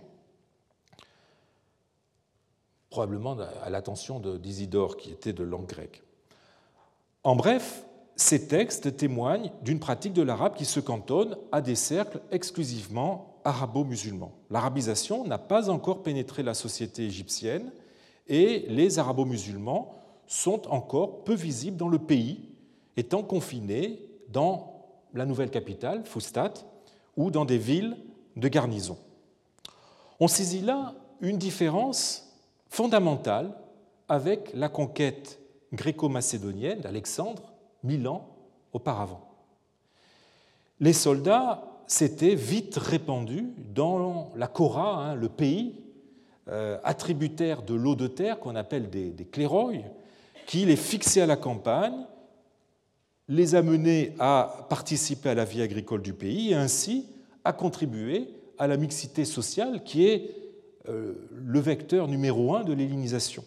probablement à l'attention d'Isidore, qui était de langue grecque. En bref, ces textes témoignent d'une pratique de l'arabe qui se cantonne à des cercles exclusivement arabo-musulmans. L'arabisation n'a pas encore pénétré la société égyptienne et les arabo-musulmans sont encore peu visibles dans le pays, étant confinés dans la nouvelle capitale, Fustat, ou dans des villes de garnison. On saisit là une différence fondamentale avec la conquête gréco-macédonienne d'Alexandre, mille ans auparavant. Les soldats s'étaient vite répandus dans la Chora, hein, le pays, euh, attributaire de l'eau de terre qu'on appelle des, des cléroïs, qui les fixait à la campagne, les amenait à participer à la vie agricole du pays et ainsi à contribuer à la mixité sociale qui est le vecteur numéro un de l'hellénisation.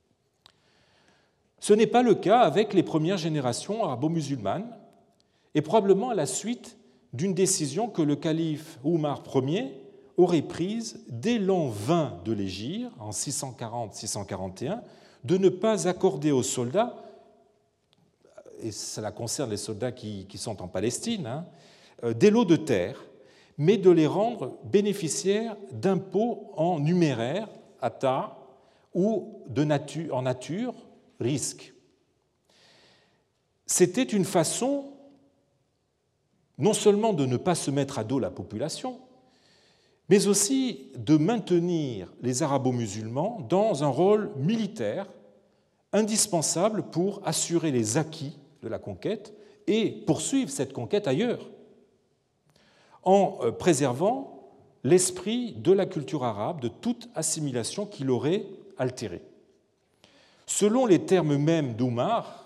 Ce n'est pas le cas avec les premières générations arabo-musulmanes, et probablement à la suite d'une décision que le calife Oumar Ier aurait prise dès l'an vingt de l'Hégire, en six cent quarante six cent quarante et un, de ne pas accorder aux soldats, et cela concerne les soldats qui, qui sont en Palestine, hein, des lots de terre, mais de les rendre bénéficiaires d'impôts en numéraire, ata, ou de nature, en nature, risque. C'était une façon non seulement de ne pas se mettre à dos la population, mais aussi de maintenir les arabo-musulmans dans un rôle militaire indispensable pour assurer les acquis de la conquête et poursuivre cette conquête ailleurs, en préservant l'esprit de la culture arabe de toute assimilation qui l'aurait altérée. Selon les termes mêmes d'Oumar,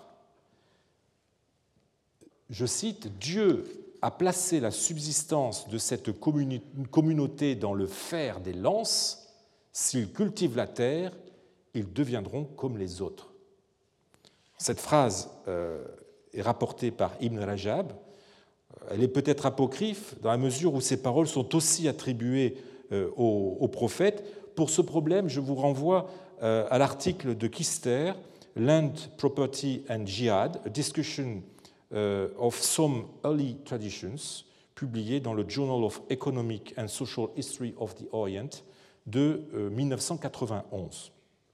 je cite, « Dieu a placé la subsistance de cette communauté dans le fer des lances. S'ils cultivent la terre, ils deviendront comme les autres. » Cette phrase euh, est rapportée par Ibn Rajab. Elle est peut-être apocryphe dans la mesure où ces paroles sont aussi attribuées euh, au, au prophète. Pour ce problème, je vous renvoie euh, à l'article de Kister, Land, Property and Jihad, a discussion uh, of some early traditions, publié dans le Journal of Economic and Social History of the Orient de euh, mille neuf cent quatre-vingt-onze.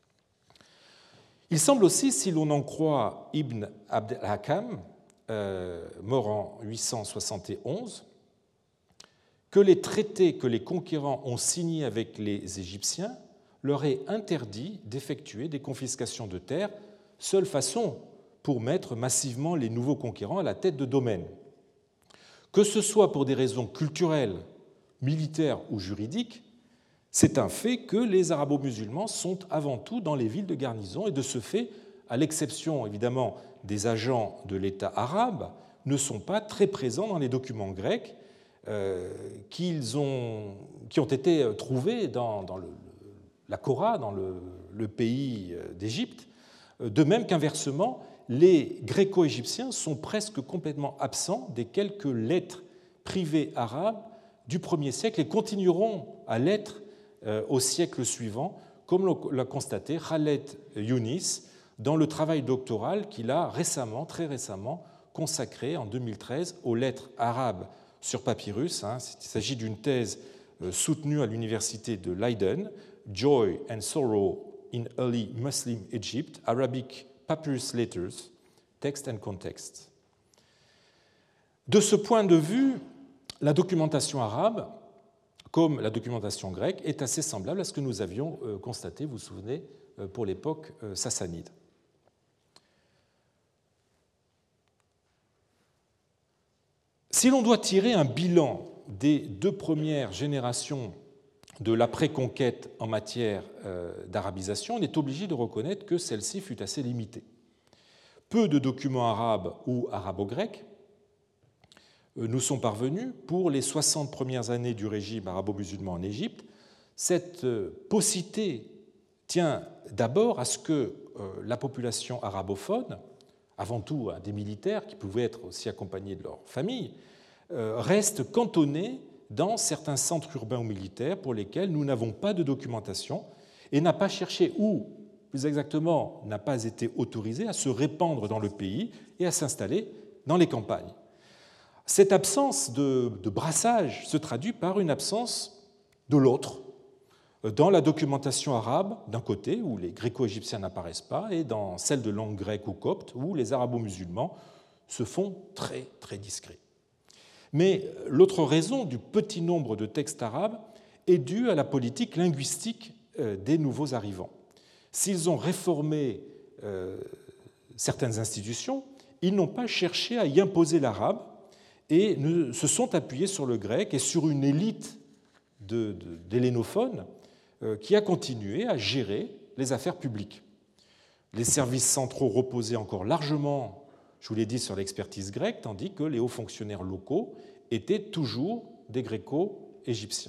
Il semble aussi, si l'on en croit Ibn Abd al-Hakam, euh, mort en huit cent soixante et onze, que les traités que les conquérants ont signés avec les Égyptiens leur aient interdit d'effectuer des confiscations de terres, seule façon pour mettre massivement les nouveaux conquérants à la tête de domaines. Que ce soit pour des raisons culturelles, militaires ou juridiques, c'est un fait que les arabo-musulmans sont avant tout dans les villes de garnison et de ce fait, à l'exception évidemment des agents de l'État arabe, ne sont pas très présents dans les documents grecs euh, qu'ils ont, qui ont été trouvés dans, dans le, la Kora, dans le, le pays d'Égypte, de même qu'inversement, les gréco-égyptiens sont presque complètement absents des quelques lettres privées arabes du premier siècle et continueront à l'être au siècle suivant, comme l'a constaté Khaled Younis dans le travail doctoral qu'il a récemment, très récemment, consacré en deux mille treize aux lettres arabes sur papyrus. Il s'agit d'une thèse soutenue à l'université de Leiden, Joy and Sorrow in Early Muslim Egypt, Arabic Papyrus Letters, Text and Context. De ce point de vue, la documentation arabe, comme la documentation grecque, est assez semblable à ce que nous avions constaté, vous vous souvenez, pour l'époque sassanide. Si l'on doit tirer un bilan des deux premières générations de l'après-conquête en matière d'arabisation, on est obligé de reconnaître que celle-ci fut assez limitée. Peu de documents arabes ou arabo-grecs nous sont parvenus pour les soixante premières années du régime arabo-musulman en Égypte. Cette paucité tient d'abord à ce que la population arabophone, avant tout des militaires qui pouvaient être aussi accompagnés de leur famille, reste cantonnée dans certains centres urbains ou militaires pour lesquels nous n'avons pas de documentation et n'a pas cherché, ou plus exactement n'a pas été autorisée à se répandre dans le pays et à s'installer dans les campagnes. Cette absence de, de brassage se traduit par une absence de l'autre dans la documentation arabe, d'un côté, où les gréco-égyptiens n'apparaissent pas, et dans celle de langue grecque ou copte, où les arabo-musulmans se font très, très discrets. Mais l'autre raison du petit nombre de textes arabes est due à la politique linguistique des nouveaux arrivants. S'ils ont réformé euh, certaines institutions, ils n'ont pas cherché à y imposer l'arabe et ne, se sont appuyés sur le grec et sur une élite de, de, d'hellénophones euh, qui a continué à gérer les affaires publiques. Les services centraux reposaient encore largement, je vous l'ai dit, sur l'expertise grecque, tandis que les hauts fonctionnaires locaux étaient toujours des gréco-égyptiens.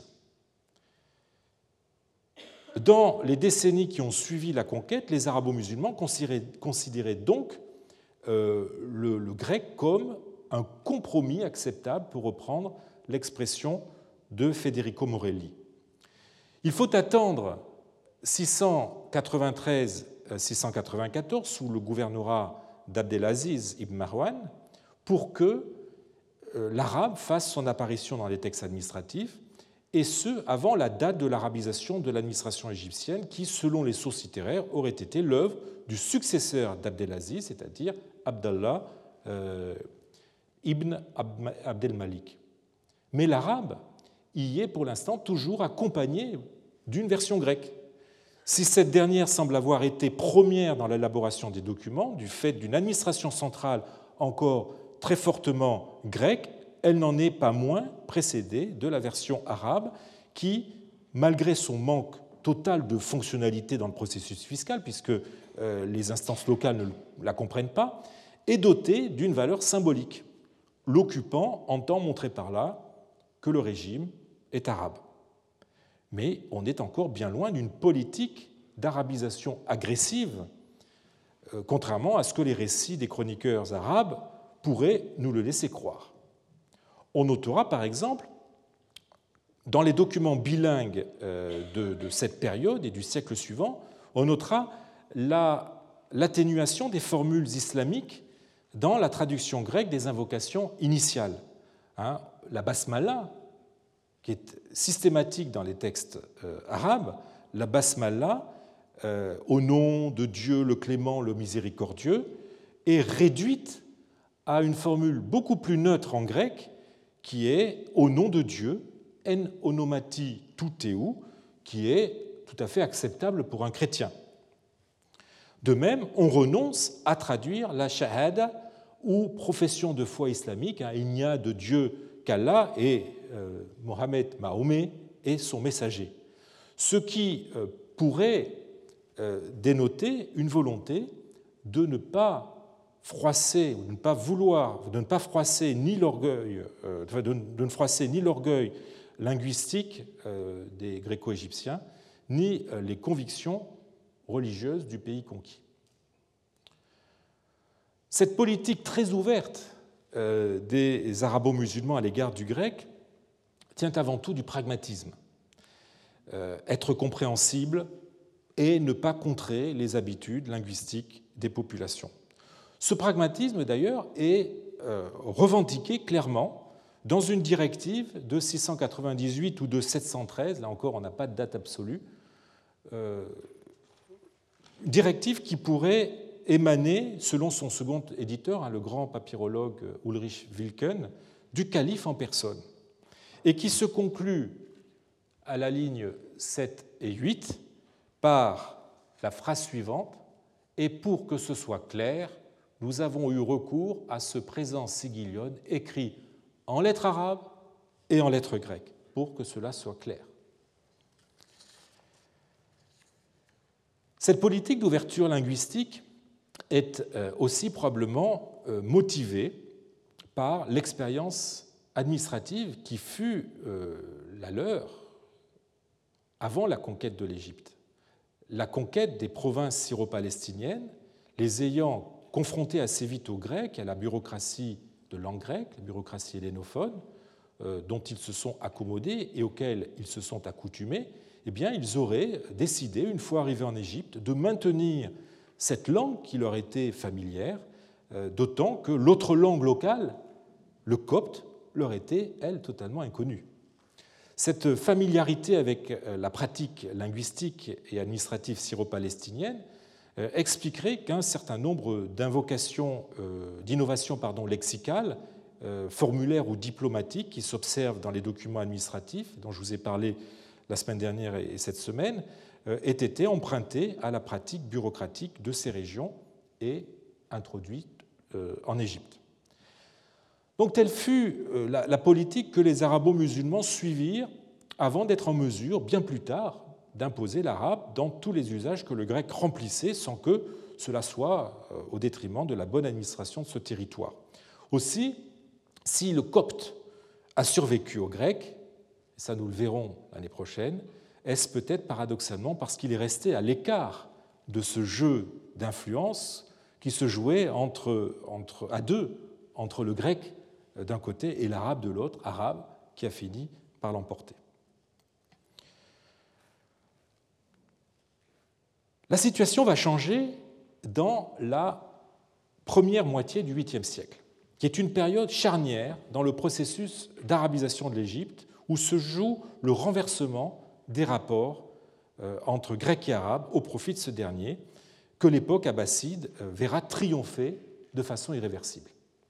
Dans les décennies qui ont suivi la conquête, les arabo-musulmans considéraient donc euh, le, le grec comme un compromis acceptable, pour reprendre l'expression de Federico Morelli. Il faut attendre six cent quatre-vingt-treize à six cent quatre-vingt-quatorze, sous le gouvernorat d'Abdelaziz ibn Marwan, pour que euh, l'arabe fasse son apparition dans les textes administratifs, et ce, avant la date de l'arabisation de l'administration égyptienne, qui, selon les sources littéraires, aurait été l'œuvre du successeur d'Abdelaziz, c'est-à-dire Abdallah euh, ibn Abdel-Malik. Mais l'arabe y est pour l'instant toujours accompagné d'une version grecque. Si cette dernière semble avoir été première dans l'élaboration des documents, du fait d'une administration centrale encore très fortement grecque, elle n'en est pas moins précédée de la version arabe qui, malgré son manque total de fonctionnalité dans le processus fiscal, puisque euh, les instances locales ne la comprennent pas, est dotée d'une valeur symbolique. L'occupant entend montrer par là que le régime est arabe. Mais on est encore bien loin d'une politique d'arabisation agressive, euh, contrairement à ce que les récits des chroniqueurs arabes pourraient nous le laisser croire. On notera par exemple, dans les documents bilingues de, de cette période et du siècle suivant, on notera la, l'atténuation des formules islamiques dans la traduction grecque des invocations initiales. Hein, la basmala, qui est systématique dans les textes euh, arabes, la basmala, euh, au nom de Dieu le clément, le miséricordieux, est réduite à une formule beaucoup plus neutre en grec, qui est au nom de Dieu, en onomati tou théou, qui est tout à fait acceptable pour un chrétien. De même, on renonce à traduire la shahada ou profession de foi islamique. Hein, il n'y a de Dieu qu'Allah et euh, Mohammed, Mahomet, est son messager. Ce qui euh, pourrait euh, dénoter une volonté de ne pas froisser, ou de ne pas vouloir, de ne pas froisser ni l'orgueil, euh, de, de ne froisser ni l'orgueil linguistique euh, des Gréco-égyptiens, ni euh, les convictions religieuses du pays conquis. Cette politique très ouverte euh, des arabo-musulmans à l'égard du grec tient avant tout du pragmatisme. Euh, être compréhensible et ne pas contrer les habitudes linguistiques des populations. Ce pragmatisme, d'ailleurs, est euh, revendiqué clairement dans une directive de six cent quatre-vingt-dix-huit ou de sept cent treize, là encore on n'a pas de date absolue, euh, directive qui pourrait émaner, selon son second éditeur, hein, le grand papyrologue Ulrich Wilken, du calife en personne, et qui se conclut à la ligne sept et huit par la phrase suivante « Et pour que ce soit clair, nous avons eu recours à ce présent sigillion écrit en lettres arabes et en lettres grecques, pour que cela soit clair. » Cette politique d'ouverture linguistique est aussi probablement motivée par l'expérience administrative qui fut la leur avant la conquête de l'Égypte. La conquête des provinces syro-palestiniennes, les ayant confrontés assez vite aux Grecs, à la bureaucratie de langue grecque, la bureaucratie hellénophone, dont ils se sont accommodés et auxquels ils se sont accoutumés, eh bien, ils auraient décidé, une fois arrivés en Égypte, de maintenir cette langue qui leur était familière, d'autant que l'autre langue locale, le copte, leur était, elle, totalement inconnue. Cette familiarité avec la pratique linguistique et administrative syro-palestinienne expliquerait qu'un certain nombre d'invocations, d'innovations pardon, lexicales, formulaires ou diplomatiques qui s'observent dans les documents administratifs, dont je vous ai parlé la semaine dernière et cette semaine, aient été empruntées à la pratique bureaucratique de ces régions et introduites en Égypte. Donc telle fut la, la politique que les arabo-musulmans suivirent avant d'être en mesure, bien plus tard, d'imposer l'arabe dans tous les usages que le grec remplissait sans que cela soit au détriment de la bonne administration de ce territoire. Aussi, si le copte a survécu au grec, et ça nous le verrons l'année prochaine, est-ce peut-être paradoxalement parce qu'il est resté à l'écart de ce jeu d'influence qui se jouait entre, entre, à deux entre le grec d'un côté et l'arabe de l'autre, arabe, qui a fini par l'emporter. La situation va changer dans la première moitié du huitième siècle, qui est une période charnière dans le processus d'arabisation de l'Égypte, où se joue le renversement des rapports entre Grecs et Arabes au profit de ce dernier, que l'époque abbasside verra triompher de façon irréversible.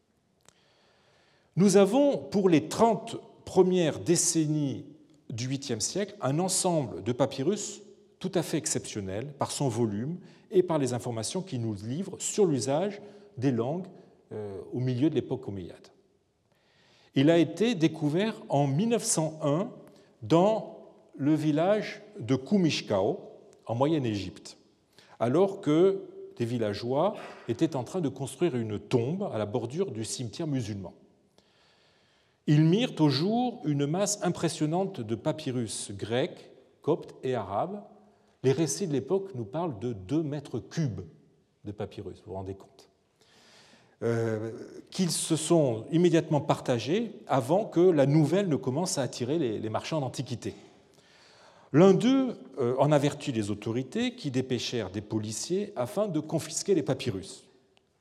Nous avons, pour les trente premières décennies du huitième siècle, un ensemble de papyrus tout à fait exceptionnel par son volume et par les informations qu'il nous livre sur l'usage des langues au milieu de l'époque omeyyade. Il a été découvert en mille neuf cent un dans le village de Koumishkao, en Moyenne-Égypte, alors que des villageois étaient en train de construire une tombe à la bordure du cimetière musulman. Ils mirent au jour une masse impressionnante de papyrus grecs, coptes et arabes. Les récits de l'époque nous parlent de deux mètres cubes de papyrus, vous vous rendez compte, euh, qu'ils se sont immédiatement partagés avant que la nouvelle ne commence à attirer les, les marchands d'antiquités. L'un d'eux euh, en avertit les autorités qui dépêchèrent des policiers afin de confisquer les papyrus.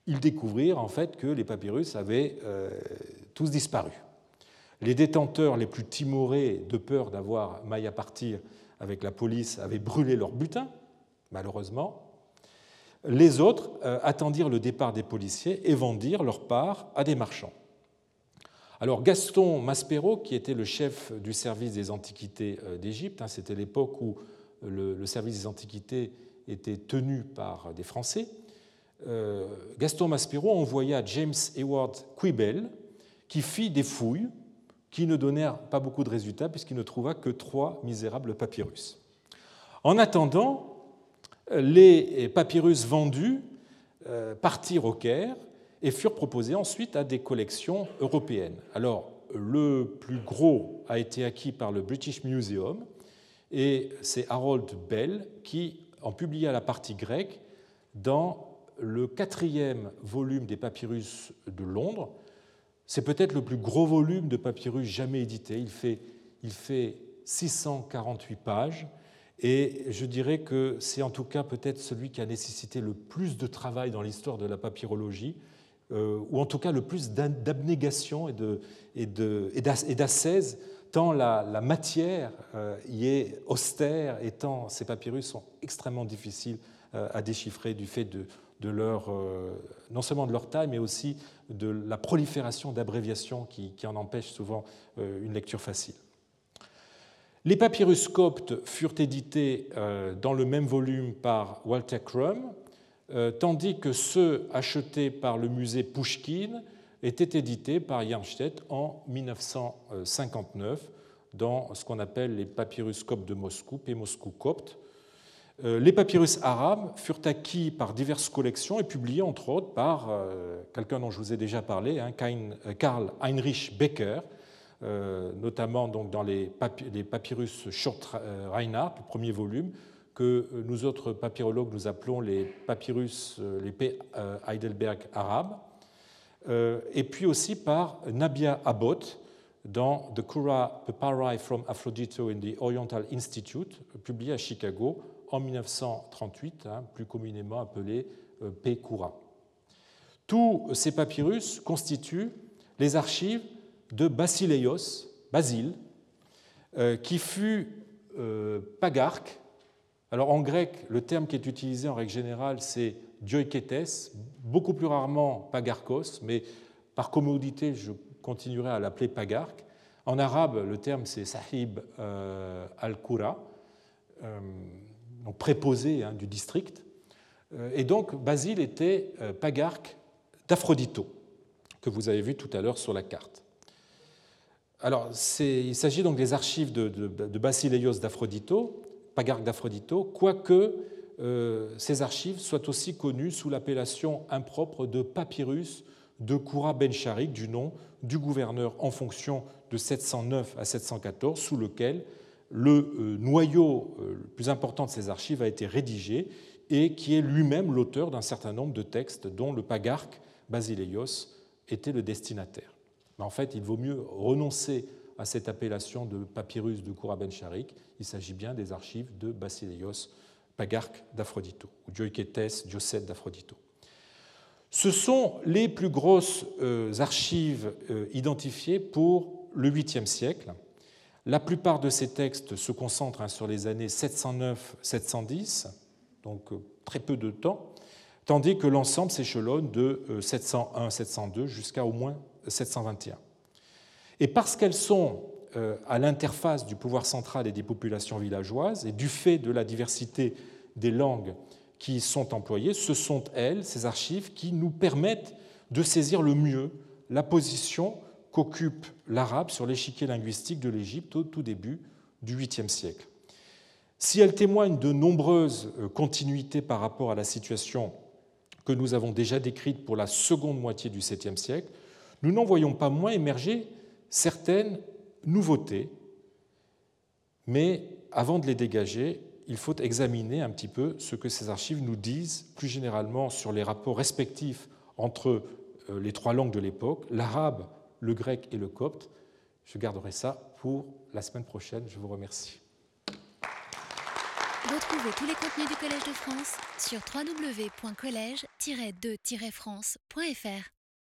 ils découvrirent en fait que les papyrus avaient euh, tous disparu. Les détenteurs les plus timorés, de peur d'avoir maille à partir avec la police, avaient brûlé leur butin, malheureusement. Les autres euh, attendirent le départ des policiers et vendirent leur part à des marchands. Alors Gaston Maspero, qui était le chef du service des antiquités d'Égypte, hein, c'était l'époque où le, le service des antiquités était tenu par des Français, euh, Gaston Maspero envoya James Ewart Quibell, qui fit des fouilles qui ne donnèrent pas beaucoup de résultats puisqu'il ne trouva que trois misérables papyrus. En attendant, les papyrus vendus euh, partirent au Caire et furent proposés ensuite à des collections européennes. Alors, le plus gros a été acquis par le British Museum, et c'est Harold Bell qui en publia la partie grecque dans le quatrième volume des papyrus de Londres. C'est peut-être le plus gros volume de papyrus jamais édité. Il fait, il fait six cent quarante-huit pages, et je dirais que c'est en tout cas peut-être celui qui a nécessité le plus de travail dans l'histoire de la papyrologie, euh, ou en tout cas le plus d'abnégation et, de, et, de, et d'ascèse, tant la, la matière euh, y est austère et tant ces papyrus sont extrêmement difficiles euh, à déchiffrer du fait de, de leur, euh, non seulement de leur taille, mais aussi de la prolifération d'abréviations qui, qui en empêchent souvent euh, une lecture facile. Les papyrus coptes furent édités euh, dans le même volume par Walter Crum, euh, tandis que ceux achetés par le musée Pouchkine étaient édités par Jernstedt en mille neuf cent cinquante-neuf dans ce qu'on appelle les papyrus coptes de Moscou, P. Moscou copte. Les papyrus arabes furent acquis par diverses collections et publiés entre autres par euh, quelqu'un dont je vous ai déjà parlé, hein, Karl Heinrich Becker, euh, notamment donc dans les, papi les papyrus Short-Reinhardt, le premier volume, que nous autres papyrologues nous appelons les papyrus, les P. Heidelberg arabes, euh, et puis aussi par Nabia Abbott dans The Qurra Papyri from Aphrodite in the Oriental Institute, publié à Chicago en mille neuf cent trente-huit, hein, plus communément appelé euh, P. Qurra. Tous ces papyrus constituent les archives de Basileios, Basile, euh, qui fut euh, pagarque. Alors en grec, le terme qui est utilisé en règle générale, c'est dioiketes, beaucoup plus rarement pagarkos, mais par commodité, je continuerai à l'appeler pagarque. En arabe, le terme c'est sahib euh, al-Qura, euh, donc préposé hein, du district. Et donc Basile était euh, pagarque d'Aphrodito, que vous avez vu tout à l'heure sur la carte. Alors, il s'agit donc des archives de, de, de Basileios d'Aphrodito, pagarque d'Aphrodito, quoique euh, ces archives soient aussi connues sous l'appellation impropre de papyrus de Qurra ben Sharik, du nom du gouverneur en fonction de sept cent neuf à sept cent quatorze, sous lequel le euh, noyau euh, le plus important de ces archives a été rédigé et qui est lui-même l'auteur d'un certain nombre de textes dont le pagarque Basileios était le destinataire. Mais en fait, il vaut mieux renoncer à cette appellation de papyrus de Qurra ben Sharik. Il s'agit bien des archives de Basileios, pagarque d'Aphrodito, ou Dioiketes, diocète d'Aphrodito. Ce sont les plus grosses euh, archives euh, identifiées pour le huitième siècle. La plupart de ces textes se concentrent hein, sur les années sept cent neuf à sept cent dix, donc euh, très peu de temps, tandis que l'ensemble s'échelonne de euh, sept cent un à sept cent deux jusqu'à au moins sept cent vingt et un. Et parce qu'elles sont euh, à l'interface du pouvoir central et des populations villageoises, et du fait de la diversité des langues qui sont employées, ce sont elles, ces archives, qui nous permettent de saisir le mieux la position qu'occupe l'arabe sur l'échiquier linguistique de l'Égypte au tout début du huitième siècle. Si elles témoignent de nombreuses continuités par rapport à la situation que nous avons déjà décrite pour la seconde moitié du septième siècle, nous n'en voyons pas moins émerger certaines nouveautés, mais avant de les dégager, il faut examiner un petit peu ce que ces archives nous disent plus généralement sur les rapports respectifs entre les trois langues de l'époque, l'arabe, le grec et le copte. Je garderai ça pour la semaine prochaine. Je vous remercie. Retrouvez tous les contenus du Collège de France sur w w w point collège tiret de tiret france point f r.